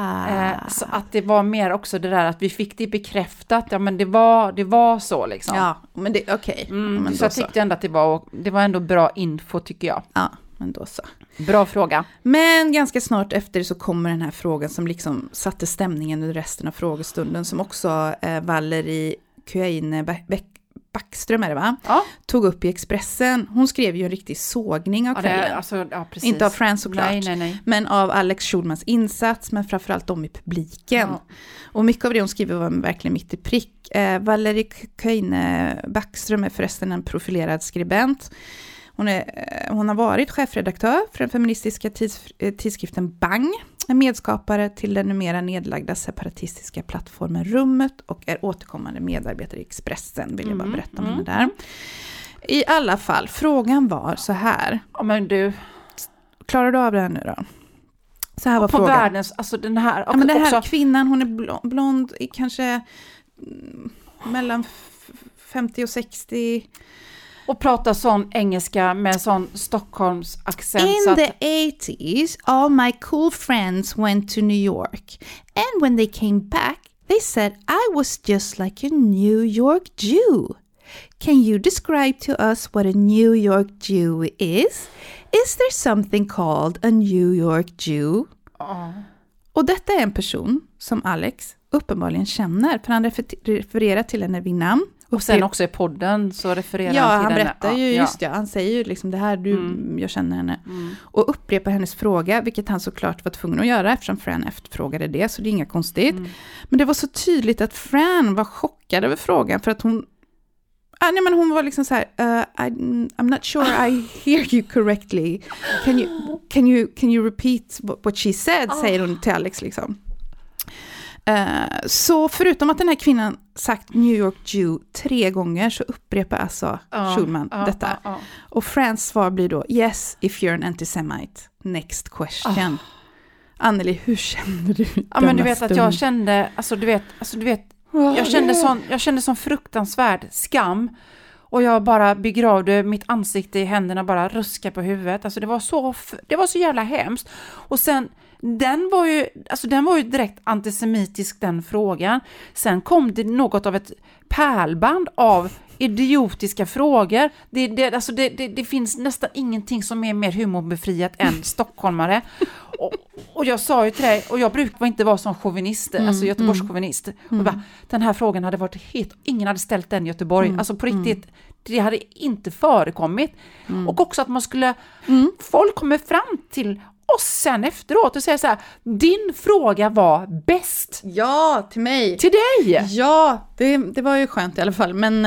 Så att det var mer också det där att vi fick det bekräftat. Ja, men det var så liksom. Ja, men det okej. Men så jag tyckte ändå att det var ändå bra info, tycker jag. Ja, men då så. Bra fråga. Men ganska snart efter så kommer den här frågan som liksom satte stämningen under resten av frågestunden, som också Valerie Köine Backström är det va? Ja. Tog upp i Expressen. Hon skrev ju en riktig sågning av kvällen. Inte av Frans såklart. Nej. Men av Alex Schulmans insats, men framförallt de i publiken. Ja. Och mycket av det hon skriver var verkligen mitt i prick. Valerie Köine Backström är förresten en profilerad skribent. Hon har varit chefredaktör för den feministiska tidskriften Bang, en medskapare till den numera nedlagda separatistiska plattformen Rummet och är återkommande medarbetare i Expressen, vill jag bara berätta om henne där. I alla fall, frågan var så här. Ja, men du, klarar du av det här nu då? Så här var på frågan. Världens, alltså den här, ja, men den här kvinnan, hon är blond i kanske mellan 50 och 60. Och prata sån engelska med sån Stockholms accent. In the 80s, all my cool friends went to New York. And when they came back, they said I was just like a New York Jew. Can you describe to us what a New York Jew is? Is there something called a New York Jew? Och detta är en person som Alex uppenbarligen känner, för han refererar till henne vid namn. Och sen också i podden så refererar han till henne. Ja, han berättar ju just han säger ju liksom det här, jag känner henne. Och upprepar hennes fråga, vilket han såklart var tvungen att göra eftersom Fran efterfrågade det, så det är inga konstigt. Men det var så tydligt att Fran var chockad över frågan, för att hon hon var liksom så här, I'm not sure I hear you correctly. Can you repeat what she said, säger hon till Alex liksom. Så förutom att den här kvinnan sagt New York Jew 3 gånger så upprepar alltså Schulman detta. Och Frans svar blir då yes, if you're an antisemite. Next question. Anneli, hur kände du? Ja, men du vet stund? Att jag kände, jag kände sån fruktansvärd skam. Och jag bara begravde mitt ansikte i händerna, bara ruska på huvudet. Alltså det var så jävla hemskt. Och sen den var ju direkt antisemitisk, den frågan. Sen kom det något av ett pärlband av idiotiska frågor. Det finns nästan ingenting som är mer humorbefriat än stockholmare. Och jag sa ju till dig, och jag brukar inte vara som chauvinist, alltså Göteborgschauvinist. Och bara, den här frågan hade varit ingen hade ställt den i Göteborg. Alltså på riktigt, det hade inte förekommit. Och också att man skulle, folk kommer fram till oss sen efteråt och säger så här: din fråga var bäst. Ja, till mig. Till dig. Ja, det var ju skönt i alla fall. Men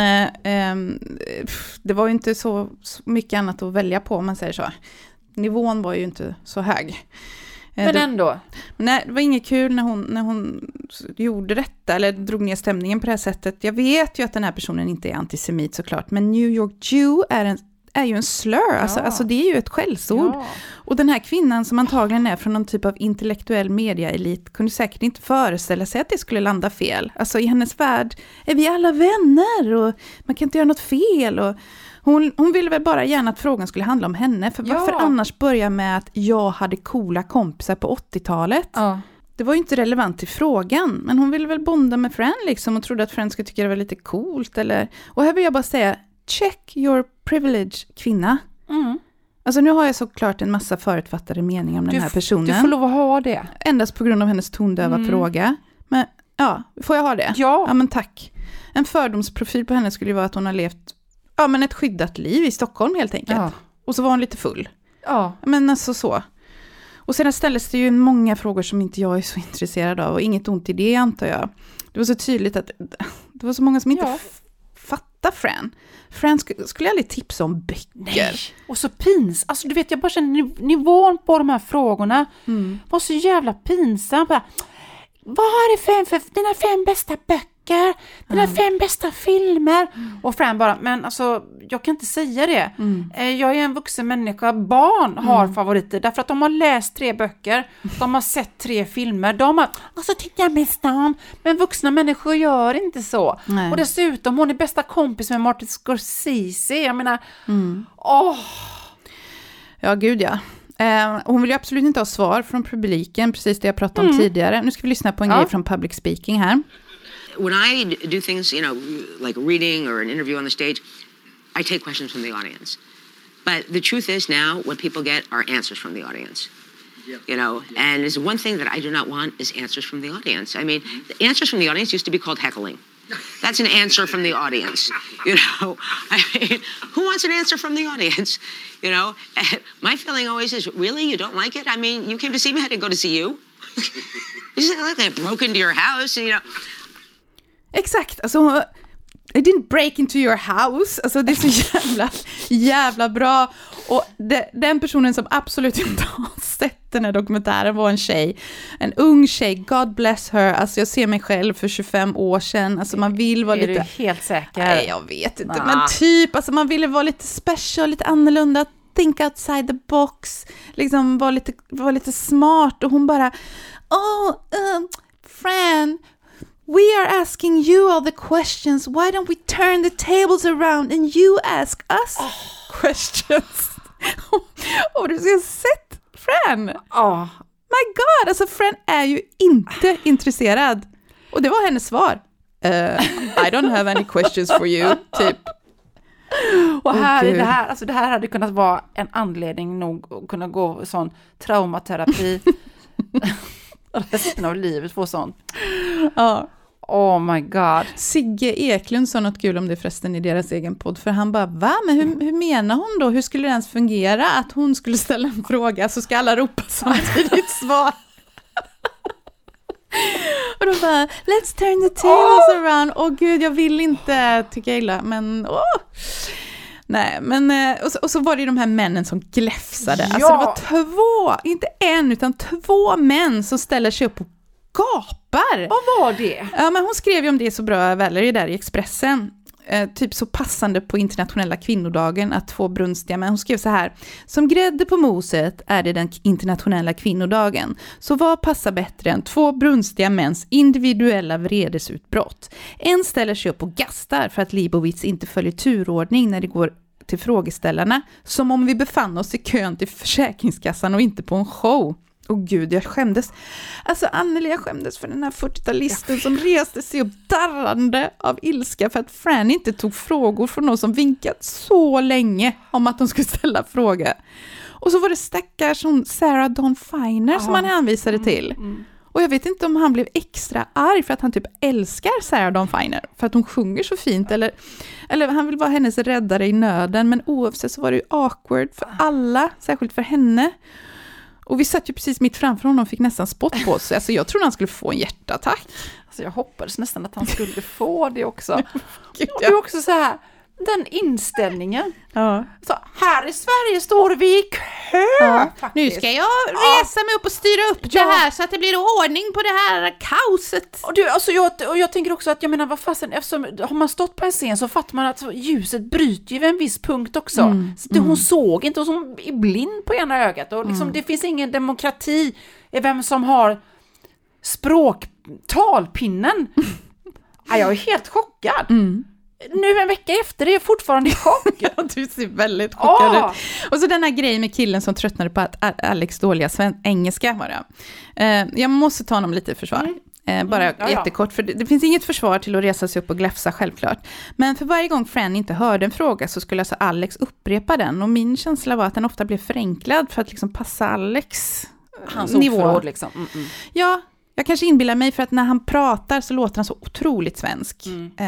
det var ju inte så mycket annat att välja på, om man säger så. Nivån var ju inte så hög. Men ändå. Nej, det var inget kul när hon gjorde detta eller drog ner stämningen på det här sättet. Jag vet ju att den här personen inte är antisemit såklart, men New York Jew är ju en slur, alltså det är ju ett skällsord. Ja. Och den här kvinnan som antagligen är från någon typ av intellektuell mediaelit kunde säkert inte föreställa sig att det skulle landa fel. Alltså i hennes värld är vi alla vänner och man kan inte göra något fel. Och hon ville väl bara gärna att frågan skulle handla om henne, för varför annars börja med att jag hade coola kompisar på 80-talet? Ja. Det var ju inte relevant till frågan, men hon ville väl bonda med Fran liksom och trodde att Fran skulle tycka det var lite coolt. Och här vill jag bara säga, check your privilege, kvinna. Alltså nu har jag såklart en massa förutfattade meningar om den här personen. Du får lov att ha det. Endast på grund av hennes tondöva fråga. Men ja, får jag ha det? Ja. Men tack. En fördomsprofil på henne skulle ju vara att hon har levt ett skyddat liv i Stockholm helt enkelt. Ja. Och så var hon lite full. Ja. Men alltså så. Och sedan ställdes det ju många frågor som inte jag är så intresserad av. Och inget ont i det, antar jag. Det var så tydligt att det var så många som inte fattar Fran. Fran skulle aldrig tipsa om böcker. Nej. Och så pins. Alltså du vet, jag bara känner nivån på de här frågorna var så jävla pinsam. Bara, vad har det för dina 5 bästa böcker? Dina 5 bästa filmer? Och Fran bara, men alltså jag kan inte säga det. Jag är en vuxen människa. Barn har favoriter därför att de har läst 3 böcker. De har sett 3 filmer. De har, alltså tittar jag mest om. Men vuxna människor gör inte så. Nej. Och dessutom, hon är bästa kompis med Martin Scorsese. Jag menar, Ja, gud ja. Hon vill ju absolut inte ha svar från publiken, precis det jag pratade om tidigare. Nu ska vi lyssna på en grej från public speaking här. When I do things, like a reading or an interview on the stage, I take questions from the audience. But the truth is now what people get are answers from the audience. And there's one thing that I do not want is answers from the audience. I mean, the answers from the audience used to be called heckling. That's an answer from the audience. I mean, who wants an answer from the audience? My feeling always is, really, you don't like it? I mean, you came to see me, I didn't go to see you. It's not like I broke into your house, Exakt, alltså I didn't break into your house. Alltså det är så jävla bra. Och den personen som absolut inte har sett den här dokumentären var en tjej. En ung tjej, God bless her. Alltså jag ser mig själv för 25 år sedan. Alltså man vill vara lite... Är du helt säker? Nej, jag vet inte. Men typ, alltså man ville vara lite special, lite annorlunda. Think outside the box. Liksom vara lite smart. Och hon bara, Fran... We are asking you all the questions. Why don't we turn the tables around and you ask us questions? Och du ska sett Fran. My God, alltså Fran är ju inte intresserad. Och det var hennes svar. I don't have any questions for you, typ. Och det här hade kunnat vara en anledning nog att kunna gå sån traumaterapi resten av livet, få sånt. Ja. Oh my God. Sigge Eklund sa något kul om det förresten i deras egen podd. För han bara, va? Men hur menar hon då? Hur skulle det ens fungera att hon skulle ställa en fråga så ska alla ropa samtidigt svar? Och då bara, let's turn the tables around. Gud, jag vill inte tycka illa. Men, Nej, men och så var det ju de här männen som gläfsade. Ja. Alltså det var 2, inte en utan 2 män som ställer sig upp och gapar. Vad var det? Ja, men hon skrev ju om det så bra, Valerie, där i Expressen. Typ så passande på internationella kvinnodagen att 2 brunstiga, men hon skrev så här: som grädde på moset är det den internationella kvinnodagen, så vad passar bättre än 2 brunstiga mäns individuella vredesutbrott? En ställer sig upp och gastar för att Leibovitz inte följer turordning när det går till frågeställarna, som om vi befann oss i kön till Försäkringskassan och inte på en show. Gud, jag skämdes. Alltså Anneli, jag skämdes för den här 40-talisten som reste sig upp darrande av ilska för att Fran inte tog frågor från någon som vinkat så länge om att de skulle ställa frågor. Och så var det stackars Sarah Dawn Finer som han hänvisade till. Och jag vet inte om han blev extra arg för att han typ älskar Sarah Dawn Finer för att hon sjunger så fint eller han vill vara hennes räddare i nöden, men oavsett så var det ju awkward för alla, särskilt för henne. Och vi satt ju precis mitt framför honom och fick nästan spott på sig. Alltså jag trodde han skulle få en hjärtattack. Alltså jag hoppades nästan att han skulle få det också. Gud, och det är också så här, den inställningen. Ja. Så här i Sverige står vi i kö. Nu ska jag resa mig upp och styra upp det här så att det blir ordning på det här kaoset. Och jag tänker också att, jag menar, vad fasen, eftersom har man stått på en scen så fattar man att ljuset bryter ju vid en viss punkt också. Så hon såg inte, och hon är blind på ena ögat. Och liksom, det finns ingen demokrati i vem som har talpinnen. Jag är helt chockad. Nu en vecka efter är jag fortfarande i chock. Du ser väldigt chockad ut. Och så den här grejen med killen som tröttnade på att Alex dåliga engelska var det. Jag måste ta honom lite i försvar. Bara jättekort, för det finns inget försvar till att resa sig upp och gläfsa självklart. Men för varje gång Fran inte hörde en fråga så skulle alltså Alex upprepa den. Och min känsla var att den ofta blev förenklad för att liksom passa Alex hans nivå. Ordförråd liksom. Ja, jag kanske inbillar mig för att när han pratar så låter han så otroligt svensk.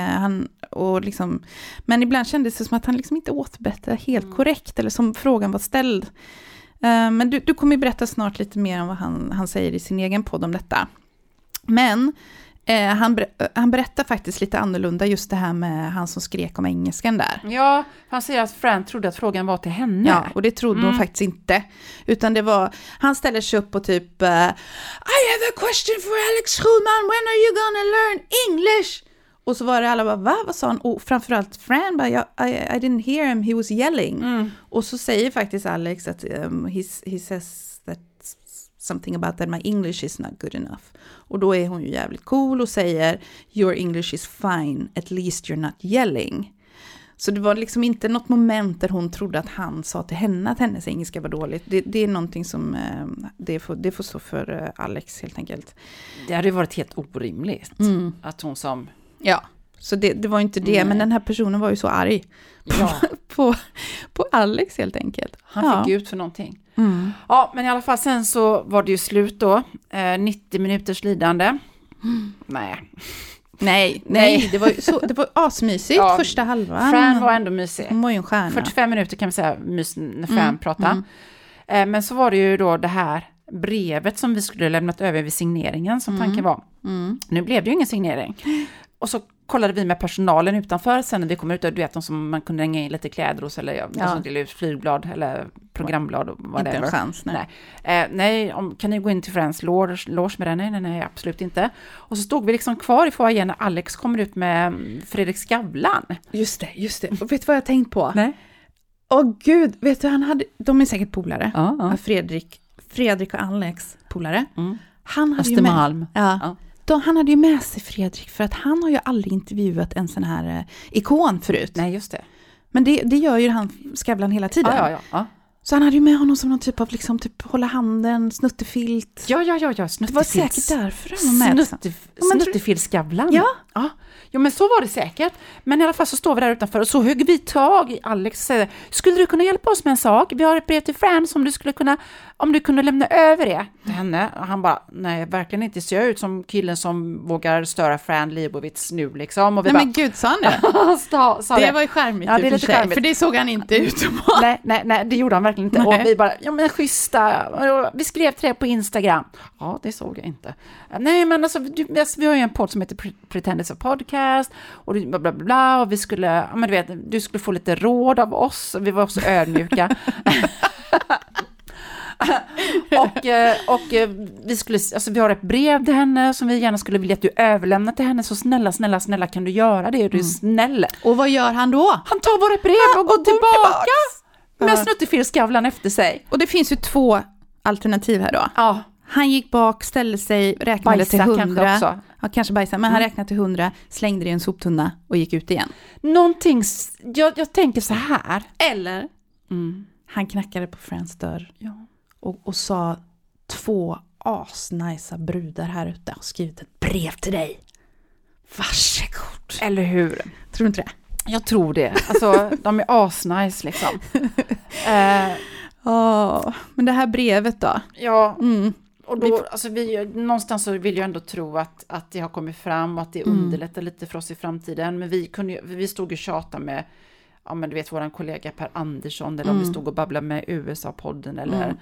Men ibland kändes det som att han liksom inte återberättade helt korrekt eller som frågan var ställd. Men du kommer ju berätta snart lite mer om vad han säger i sin egen podd om detta. Men han berättar faktiskt lite annorlunda just det här med han som skrek om engelskan där. Ja, han säger att Fran trodde att frågan var till henne. Ja, och det trodde hon faktiskt inte. Utan det var, han ställer sig upp och typ I have a question for Alex Schulman. When are you gonna learn English? Och så var det alla bara, va? Vad sa han? Och framförallt Fran bara, I didn't hear him, he was yelling. Och så säger faktiskt Alex att he says that something about that my English is not good enough. Och då är hon ju jävligt cool och säger your English is fine, at least you're not yelling. Så det var liksom inte något moment där hon trodde att han sa till henne att hennes engelska var dåligt. Det är någonting som det får stå för Alex helt enkelt. Det hade varit helt orimligt att hon som... Ja, så det var inte det. Men den här personen var ju så arg på Alex helt enkelt. Han fick ut för någonting. Ja, men i alla fall sen så var det ju slut då. 90 minuters lidande. Nej, det var ju så, det var asmysigt första halvan. Fran var ändå mysig. Hon var ju en stjärna. 45 minuter kan vi säga när Fran pratade. Men så var det ju då det här brevet som vi skulle lämnat över vid signeringen som tanken var. Nu blev det ju ingen signering. Och så kollade vi med personalen utanför sen när vi kom ut. Du vet, de som man kunde hänga in lite kläder hos eller som delade ut flygblad eller programblad och vad det var. Inte en chans, nej. Nej, kan ni gå in till Frans loge med den? Nej, absolut inte. Och så stod vi liksom kvar i foajén när Alex kommer ut med Fredrik Skavlan. Just det. Och vet du vad jag tänkt på? Nej. Gud, vet du, de är säkert polare. Ja. Fredrik och Alex polare. Han hade Östermalm. Han hade ju med sig Fredrik för att han har ju aldrig intervjuat en sån här ikon förut. Nej, just det. Men det gör ju han Skavlan hela tiden. Ja. Så han hade ju med honom som någon typ av liksom, hålla handen, snuttefilt. Ja, snuttefilt. Det var säkert därför han var med. Snuttefilt Skavlan. Ja. Jo, men så var det säkert. Men i alla fall så står vi där utanför och så högg vi tag i Alex och säger, skulle du kunna hjälpa oss med en sak? Vi har ett brev till Fran som om du kunde lämna över det till henne. Och han bara, nej, verkligen inte. Ser jag ut som killen som vågar störa Fran Leibovitz nu liksom. Och vi men gud, sa han det? sa det var ju charmigt. Ja, det är lite charmigt. För det såg han inte ut som. Nej, det gjorde han verkligen inte. Nej. Och vi bara, ja men schyssta. Vi skrev till det på Instagram. Ja, det såg jag inte. Nej, men alltså, vi har ju en podd som heter Pretenders of Podcast och bla bla bla och vi skulle, ja men du skulle få lite råd av oss. Vi var också ödmjuka. och vi skulle, alltså vi har ett brev till henne som vi gärna skulle vilja att du överlämnar till henne, så snälla kan du göra det? Du är snäll. Och vad gör han då? Han tar våra brev och går tillbaka med Snuttefilskavlan efter sig. Och det finns ju 2 alternativ här då. Ja. Han gick bak, ställde sig, räknade bajsa till 100. Kanske också. Ja, kanske bajsa, men han räknade till 100, slängde det i en soptunna och gick ut igen. Någonting, jag tänker så här. Eller han knackade på Frans dörr och sa 2 asnice brudar här ute har skrivit ett brev till dig. Varsågod. Eller hur? Tror du inte det? Jag tror det. Alltså, de är asnice liksom. Men det här brevet då? Ja, och då, alltså någonstans så vill jag ändå tro att det har kommit fram och att det underlättar lite för oss i framtiden. Men vi stod och tjatade med, ja men du vet, våran kollega Per Andersson, eller om vi stod och babblade med USA-podden eller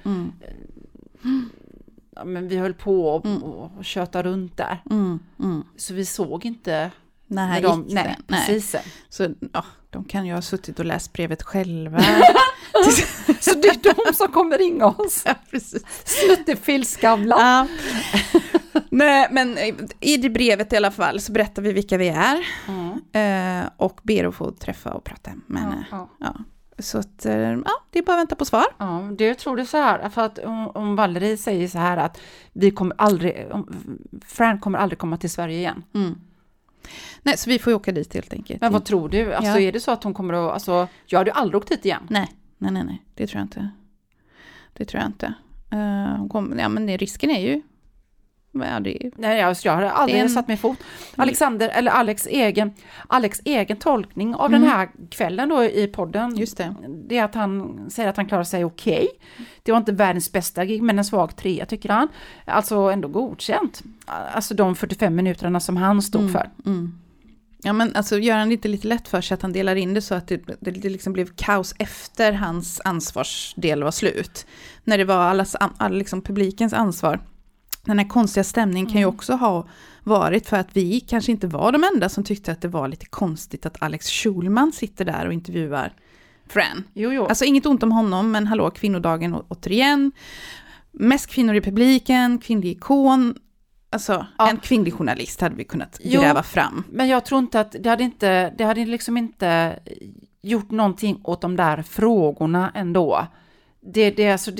ja, men vi höll på och köta runt där. Så vi såg inte Nej, precis. Så de kan ju ha suttit och läst brevet själva. Så det är de som kommer ringa oss. Ja, precis. Snuttefilskavlan. Ja. Nej, men i det brevet i alla fall så berättar vi vilka vi är. Och ber att få träffa och prata med henne. Ja. Så att, det är bara att vänta på svar. Ja, det tror det så här. För att om Valerie säger så här att Fran kommer aldrig komma till Sverige igen. Nej, så vi får ju åka dit helt enkelt. Men vad tror du? Alltså är det så att hon kommer att... Alltså, jag hade ju aldrig åkt hit igen. Nej. Det tror jag inte. Men risken är ju... Ja, Nej, jag har aldrig satt mig fot. Alex egen tolkning av den här kvällen då i podden. Just det. Det är att han säger att han klarar sig okej. Det var inte världens bästa gig, men en svag 3 tycker han. Alltså ändå godkänt. Alltså de 45 minuterna som han stod för. Ja, men alltså gör han det inte lite lätt för sig att han delar in det så att det liksom blev kaos efter hans ansvarsdel var slut. När det var all liksom publikens ansvar. Den här konstiga stämningen kan ju också ha varit för att vi kanske inte var de enda som tyckte att det var lite konstigt att Alex Schulman sitter där och intervjuar Fran. Jo. Alltså inget ont om honom, men hallå, kvinnodagen återigen. Mest kvinnor i publiken, kvinnlig ikon. Alltså en kvinnlig journalist hade vi kunnat gräva fram. Men jag tror inte att det hade liksom inte gjort någonting åt de där frågorna ändå. Nej,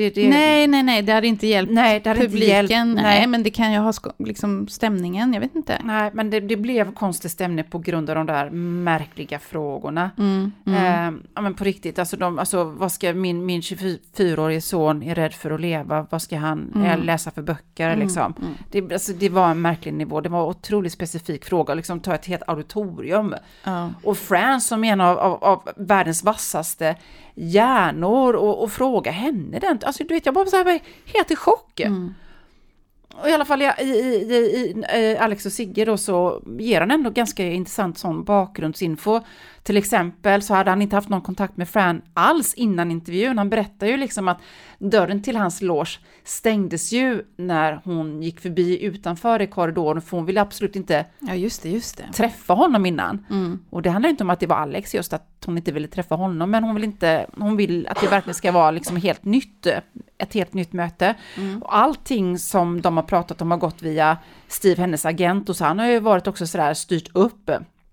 det hade inte hjälpt publiken. Nej, men det kan ju ha liksom stämningen, jag vet inte. Nej, men det blev konstig stämning på grund av de där märkliga frågorna. Ja, men på riktigt, alltså vad ska min 24-årige son är rädd för att leva, vad ska han läsa för böcker liksom. Det var en märklig nivå, det var en otroligt specifik fråga, liksom ta ett helt auditorium. Och Fran som är en av världens vassaste hjärnor och fråga henne den. Alltså du vet, jag bara så här helt i chock. Och i alla fall i Alex och Sigge då så ger han ändå ganska intressant sån bakgrundsinfo. Till exempel så hade han inte haft någon kontakt med Fran alls innan intervjun. Han berättar ju liksom att dörren till hans loge stängdes ju när hon gick förbi utanför i korridoren, för hon ville absolut inte just det. träffa honom innan. Och det handlar inte om att det var Alex just att hon inte ville träffa honom, men hon vill att det verkligen ska vara liksom ett helt nytt möte. Och allting som de har pratat om har gått via Steve, hennes agent, och så han har ju varit också sådär styrt upp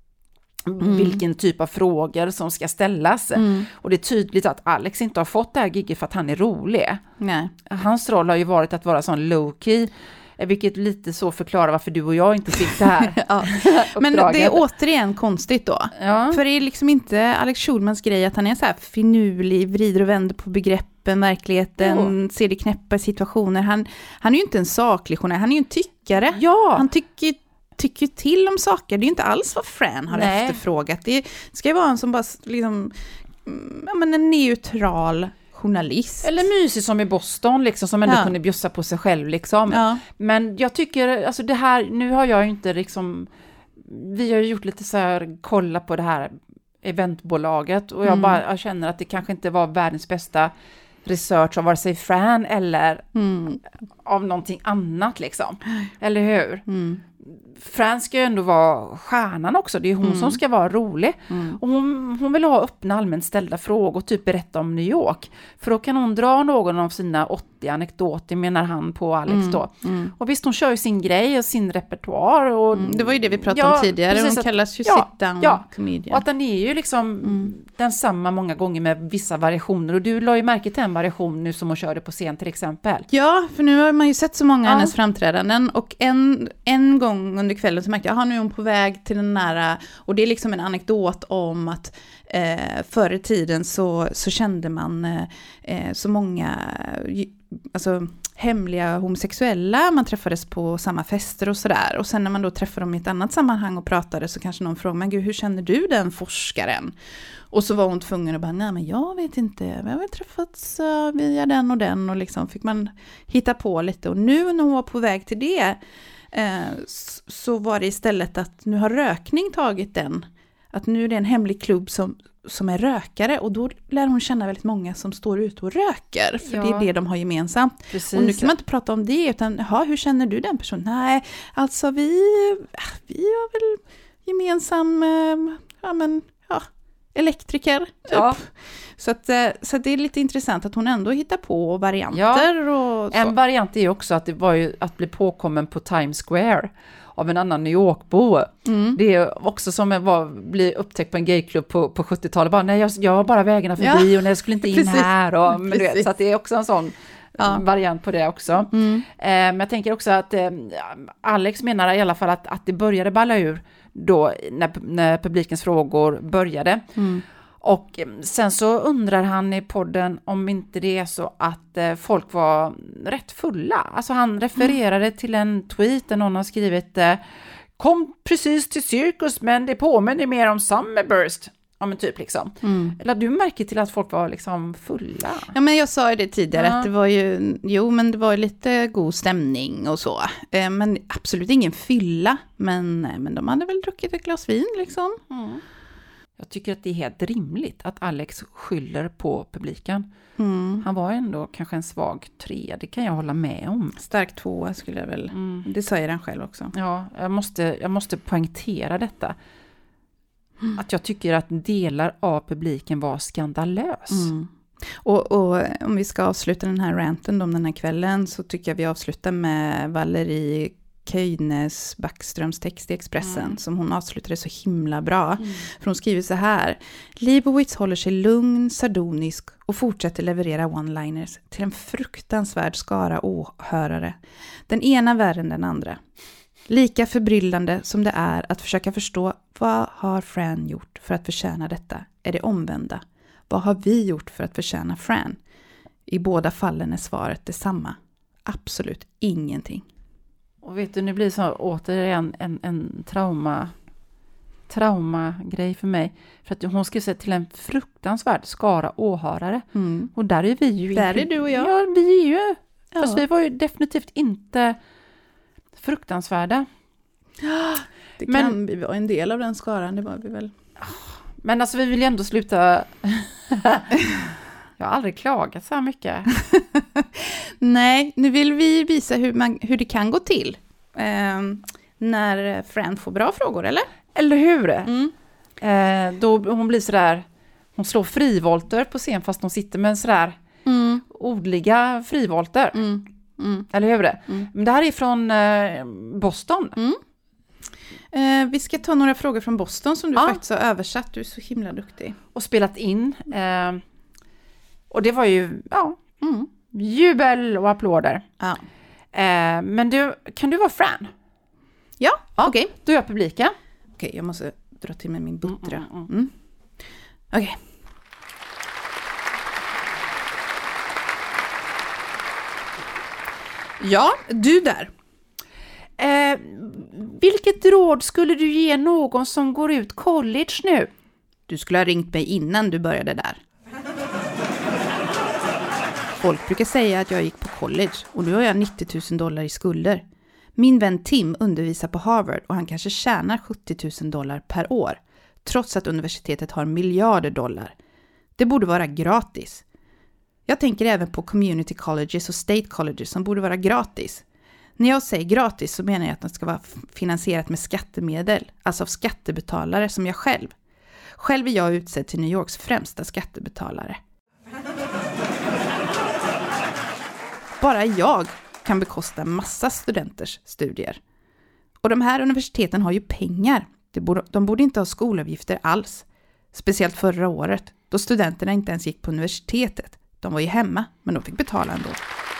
vilken typ av frågor som ska ställas. Och det är tydligt att Alex inte har fått det här giget för att han är rolig. Nej. Hans roll har ju varit att vara sån low-key, vilket lite så förklarar varför du och jag inte fick det här. Men det är återigen konstigt då. Ja. För det är liksom inte Alex Schulmans grej att han är så här finurlig, vrider och vänder på begreppen, verkligheten, ser det knäppa situationer. Han är ju inte en saklig journalist, han är ju en tyckare. Ja. Han tycker till om saker. Det är ju inte alls vad Fran har efterfrågat. Det ska ju vara en som bara liksom, en neutral journalist. Eller mysig som i Boston liksom, som ändå kunde bjussa på sig själv liksom. Ja. Men jag tycker, alltså det här, nu har jag ju inte liksom, vi har ju gjort lite så här, kolla på det här eventbolaget och jag känner att det kanske inte var världens bästa research av vare sig Fran eller av någonting annat liksom. Eller hur? Fran ska ju ändå vara stjärnan också. Det är hon som ska vara rolig. Och hon vill ha öppna allmänt ställda frågor, typ berätta om New York. För då kan hon dra någon av sina 80 anekdoter, menar han på Alex då. Och visst, hon kör ju sin grej och sin repertoar. Och, det var ju det vi pratade om tidigare. Precis, hon kallas ju sit-down comedian. Och att den är ju liksom densamma många gånger med vissa variationer. Och du la ju märke till en variation nu som hon körde på scen till exempel. Ja, för nu har man ju sett så många hennes framträdanden. Och en gång under kvällen så märkte jag, nu är hon på väg till den nära, och det är liksom en anekdot om att förr i tiden så kände man så många alltså hemliga homosexuella. Man träffades på samma fester och sådär. Och sen när man då träffade dem i ett annat sammanhang och pratade så kanske någon frågade, men gud, hur känner du den forskaren? Och så var hon tvungen att bara, nej men jag vet inte, vi har väl träffats via den och den, och liksom fick man hitta på lite. Och nu när hon var på väg till det så var det istället att nu har rökning tagit den. Att nu är det en hemlig klubb som är rökare, och då lär hon känna väldigt många som står ute och röker, för det är det de har gemensamt. Precis. Och nu kan man inte prata om det, utan hur känner du den personen? Nej, alltså vi har väl gemensam elektriker typ. Ja. Så det är lite intressant att hon ändå hittar på varianter. Och så. En variant är ju också att det var ju att bli påkommen på Times Square av en annan New York-bo. Det är också som bli upptäckt på en gayklubb på 70-talet. Bara, nej, jag har bara vägarna förbi och nej, jag skulle inte in Precis. här. Och, men du vet, så att det är också en sån variant på det också. Men jag tänker också att Alex menar i alla fall att det började balla ur då när publikens frågor började. Och sen så undrar han i podden om inte det är så att folk var rätt fulla. Alltså han refererade till en tweet där någon har skrivit kom precis till cirkus, men det påminner mer om Summerburst. Ja, men typ liksom. Eller du märker till att folk var liksom fulla? Ja, men jag sa ju det tidigare att det var ju, men det var ju lite god stämning och så. Men absolut ingen fylla. Men de hade väl druckit ett glas vin liksom. Jag tycker att det är helt rimligt att Alex skyller på publiken. Han var ändå kanske en svag 3, det kan jag hålla med om. Stark 2 skulle jag väl, det säger han själv också. Ja, jag måste poängtera detta. Att jag tycker att delar av publiken var skandalös. Och om vi ska avsluta den här ranten om den här kvällen, så tycker jag vi avslutar med Valerie Köjnes Backströms text i Expressen som hon avslutade så himla bra. För hon skriver så här: Leibowitz håller sig lugn, sardonisk och fortsätter leverera one-liners till en fruktansvärd skara åhörare. Den ena värre än den andra. Lika förbryllande som det är att försöka förstå vad har Fran gjort för att förtjäna detta, är det omvända. Vad har vi gjort för att förtjäna Fran? I båda fallen är svaret detsamma. Absolut ingenting. Och vet du, nu blir det så återigen en traumagrej för mig. För att hon ska säga till en fruktansvärd skara åhörare. Och där är vi ju... Där är du och jag. Ja, vi är ju... Ja. Fast vi var ju definitivt inte fruktansvärda. Men vi var en del av den skaran, det var vi väl. Men alltså vi vill ju ändå sluta... Jag har aldrig klagat så här mycket. Nej, nu vill vi visa hur det kan gå till. När Fran får bra frågor, eller? Eller hur? Då hon blir sådär... Hon slår frivolter på scen fast hon sitter med sådär ordliga frivolter. Eller hur? Men det här är från Boston. Vi ska ta några frågor från Boston som du faktiskt har översatt. Du är så himla duktig. Och spelat in. Och det var ju jubel och applåder. Ja. Men kan du vara Fran? Ja, okej. Då är jag publiken. Okej, jag måste dra till med min buttra. Okej. Ja, du där. Vilket råd skulle du ge någon som går ut college nu? Du skulle ha ringt mig innan du började där. Folk brukar säga att jag gick på college och nu har jag $90,000 i skulder. Min vän Tim undervisar på Harvard och han kanske tjänar $70,000 per år. Trots att universitetet har miljarder dollar. Det borde vara gratis. Jag tänker även på community colleges och state colleges som borde vara gratis. När jag säger gratis så menar jag att det ska vara finansierat med skattemedel. Alltså av skattebetalare som jag själv. Själv är jag utsedd till New Yorks främsta skattebetalare. Bara jag kan bekosta massa studenters studier. Och de här universiteten har ju pengar. De borde inte ha skolavgifter alls. Speciellt förra året, då studenterna inte ens gick på universitetet. De var ju hemma, men de fick betala ändå.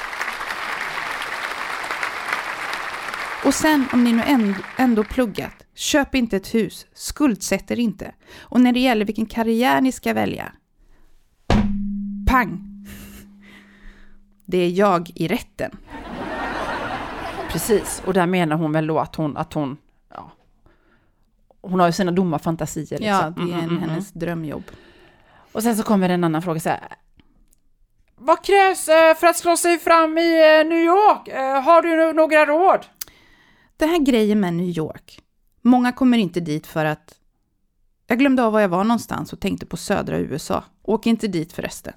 Och sen, om ni nu ändå pluggat, köp inte ett hus, skuldsätt er inte. Och när det gäller vilken karriär ni ska välja, pang! Det är jag i rätten. Precis, och där menar hon väl då att hon har ju sina domarfantasier. Liksom. Ja, det är hennes drömjobb. Och sen så kommer en annan fråga så här. Vad krävs för att slå sig fram i New York? Har du några råd? Det här grejen med New York. Många kommer inte dit för att... Jag glömde av var jag var någonstans och tänkte på södra USA. Åk inte dit förresten.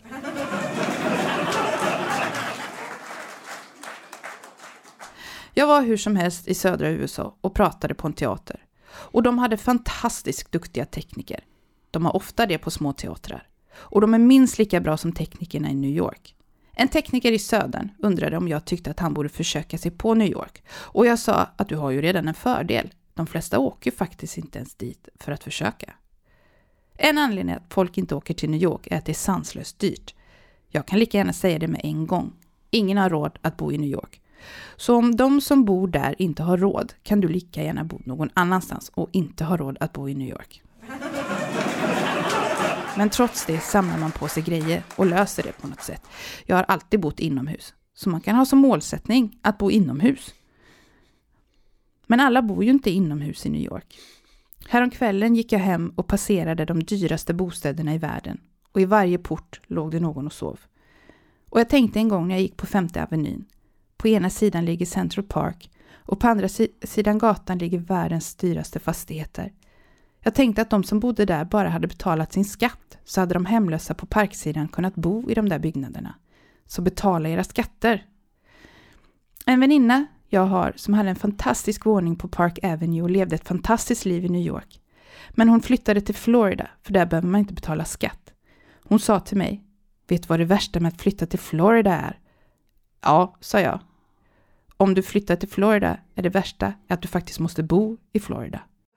Jag var hur som helst i södra USA och pratade på en teater. Och de hade fantastiskt duktiga tekniker. De har ofta det på små teatrar. Och de är minst lika bra som teknikerna i New York. En tekniker i södern undrade om jag tyckte att han borde försöka sig på New York. Och jag sa att du har ju redan en fördel. De flesta åker faktiskt inte ens dit för att försöka. En anledning att folk inte åker till New York är att det är sanslöst dyrt. Jag kan lika gärna säga det med en gång. Ingen har råd att bo i New York. Så om de som bor där inte har råd kan du lika gärna bo någon annanstans och inte ha råd att bo i New York. Men trots det samlar man på sig grejer och löser det på något sätt. Jag har alltid bott inomhus, så man kan ha som målsättning att bo inomhus. Men alla bor ju inte inomhus i New York. Häromkvällen gick jag hem och passerade de dyraste bostäderna i världen. Och i varje port låg det någon och sov. Och jag tänkte en gång när jag gick på 5:e Avenyn. På ena sidan ligger Central Park och på andra sidan gatan ligger världens dyraste fastigheter. Jag tänkte att de som bodde där bara hade betalat sin skatt, så hade de hemlösa på parksidan kunnat bo i de där byggnaderna. Så betala era skatter. En väninna jag har som hade en fantastisk våning på Park Avenue och levde ett fantastiskt liv i New York. Men hon flyttade till Florida, för där behöver man inte betala skatt. Hon sa till mig, vet du vad det värsta med att flytta till Florida är? Ja, sa jag. Om du flyttar till Florida är det värsta att du faktiskt måste bo i Florida.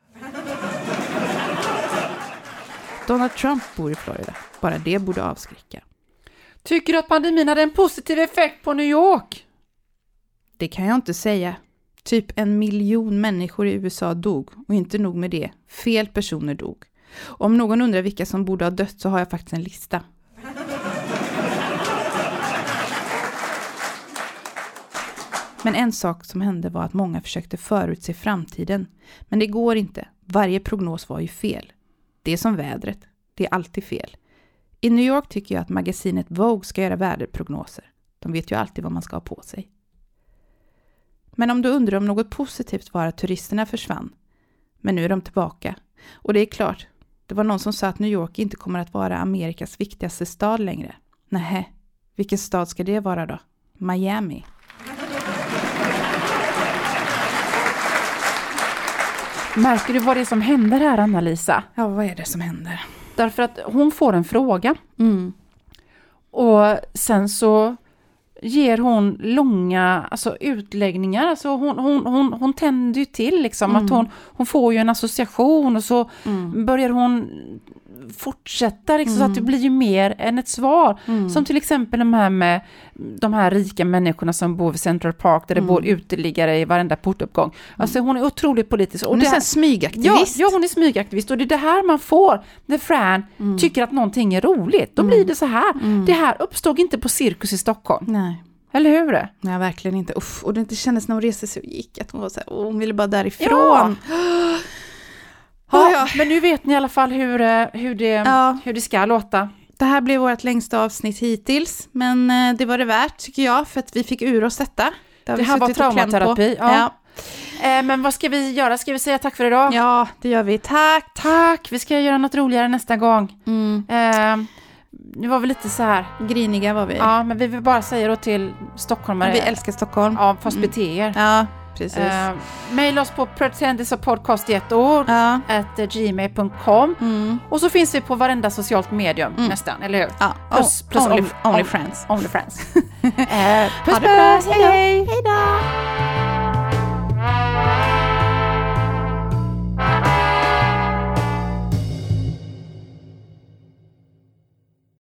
Donald Trump bor i Florida. Bara det borde avskräcka. Tycker du att pandemin hade en positiv effekt på New York? Det kan jag inte säga. Typ 1 miljon människor i USA dog. Och inte nog med det. Fel personer dog. Och om någon undrar vilka som borde ha dött så har jag faktiskt en lista. Men en sak som hände var att många försökte förutse framtiden. Men det går inte. Varje prognos var ju fel. Det är som vädret. Det är alltid fel. I New York tycker jag att magasinet Vogue ska göra väderprognoser. De vet ju alltid vad man ska ha på sig. Men om du undrar om något positivt var att turisterna försvann. Men nu är de tillbaka. Och det är klart, det var någon som sa att New York inte kommer att vara Amerikas viktigaste stad längre. Nähä, vilken stad ska det vara då? Miami. Märker du vad det är som händer här, Anna-Lisa? Ja, vad är det som händer? Därför att hon får en fråga. Mm. Och sen så ger hon långa utläggningar. Alltså hon tänder ju till liksom. Att hon får ju en association och så börjar hon fortsätta liksom, så att det blir ju mer än ett svar. Som till exempel de här rika människorna som bor vid Central Park där det bor uteliggare i varenda portuppgång. Alltså hon är otroligt politisk. Hon är en smygaktivist. Ja, hon är smygaktivist. Och det är det här man får när Fran tycker att någonting är roligt. Då blir det så här. Det här uppstod inte på Cirkus i Stockholm. Nej. Eller hur? Nej, verkligen inte. Uff, och det kändes när hon reste sig och gick att hon var så här, hon ville bara därifrån. Ja, men nu vet ni i alla fall hur det ska låta. Det här blev vårt längsta avsnitt hittills, men det var det värt tycker jag, för att vi fick ur oss detta. Det här var traumaterapi. Ja. Men vad ska vi göra? Ska vi säga tack för idag? Ja, det gör vi. Tack. Vi ska göra något roligare nästa gång. Nu var vi lite så här griniga var vi. Ja, men vi vill bara säga då till stockholmare. Vi älskar Stockholm. Ja, fast bete er. Ja, precis. Mail oss på pretendisapodcast.gmail.com och så finns vi på varenda socialt medium nästan, eller hur? Ja, plus only friends. Only friends. Puss, Hej då! Hej då!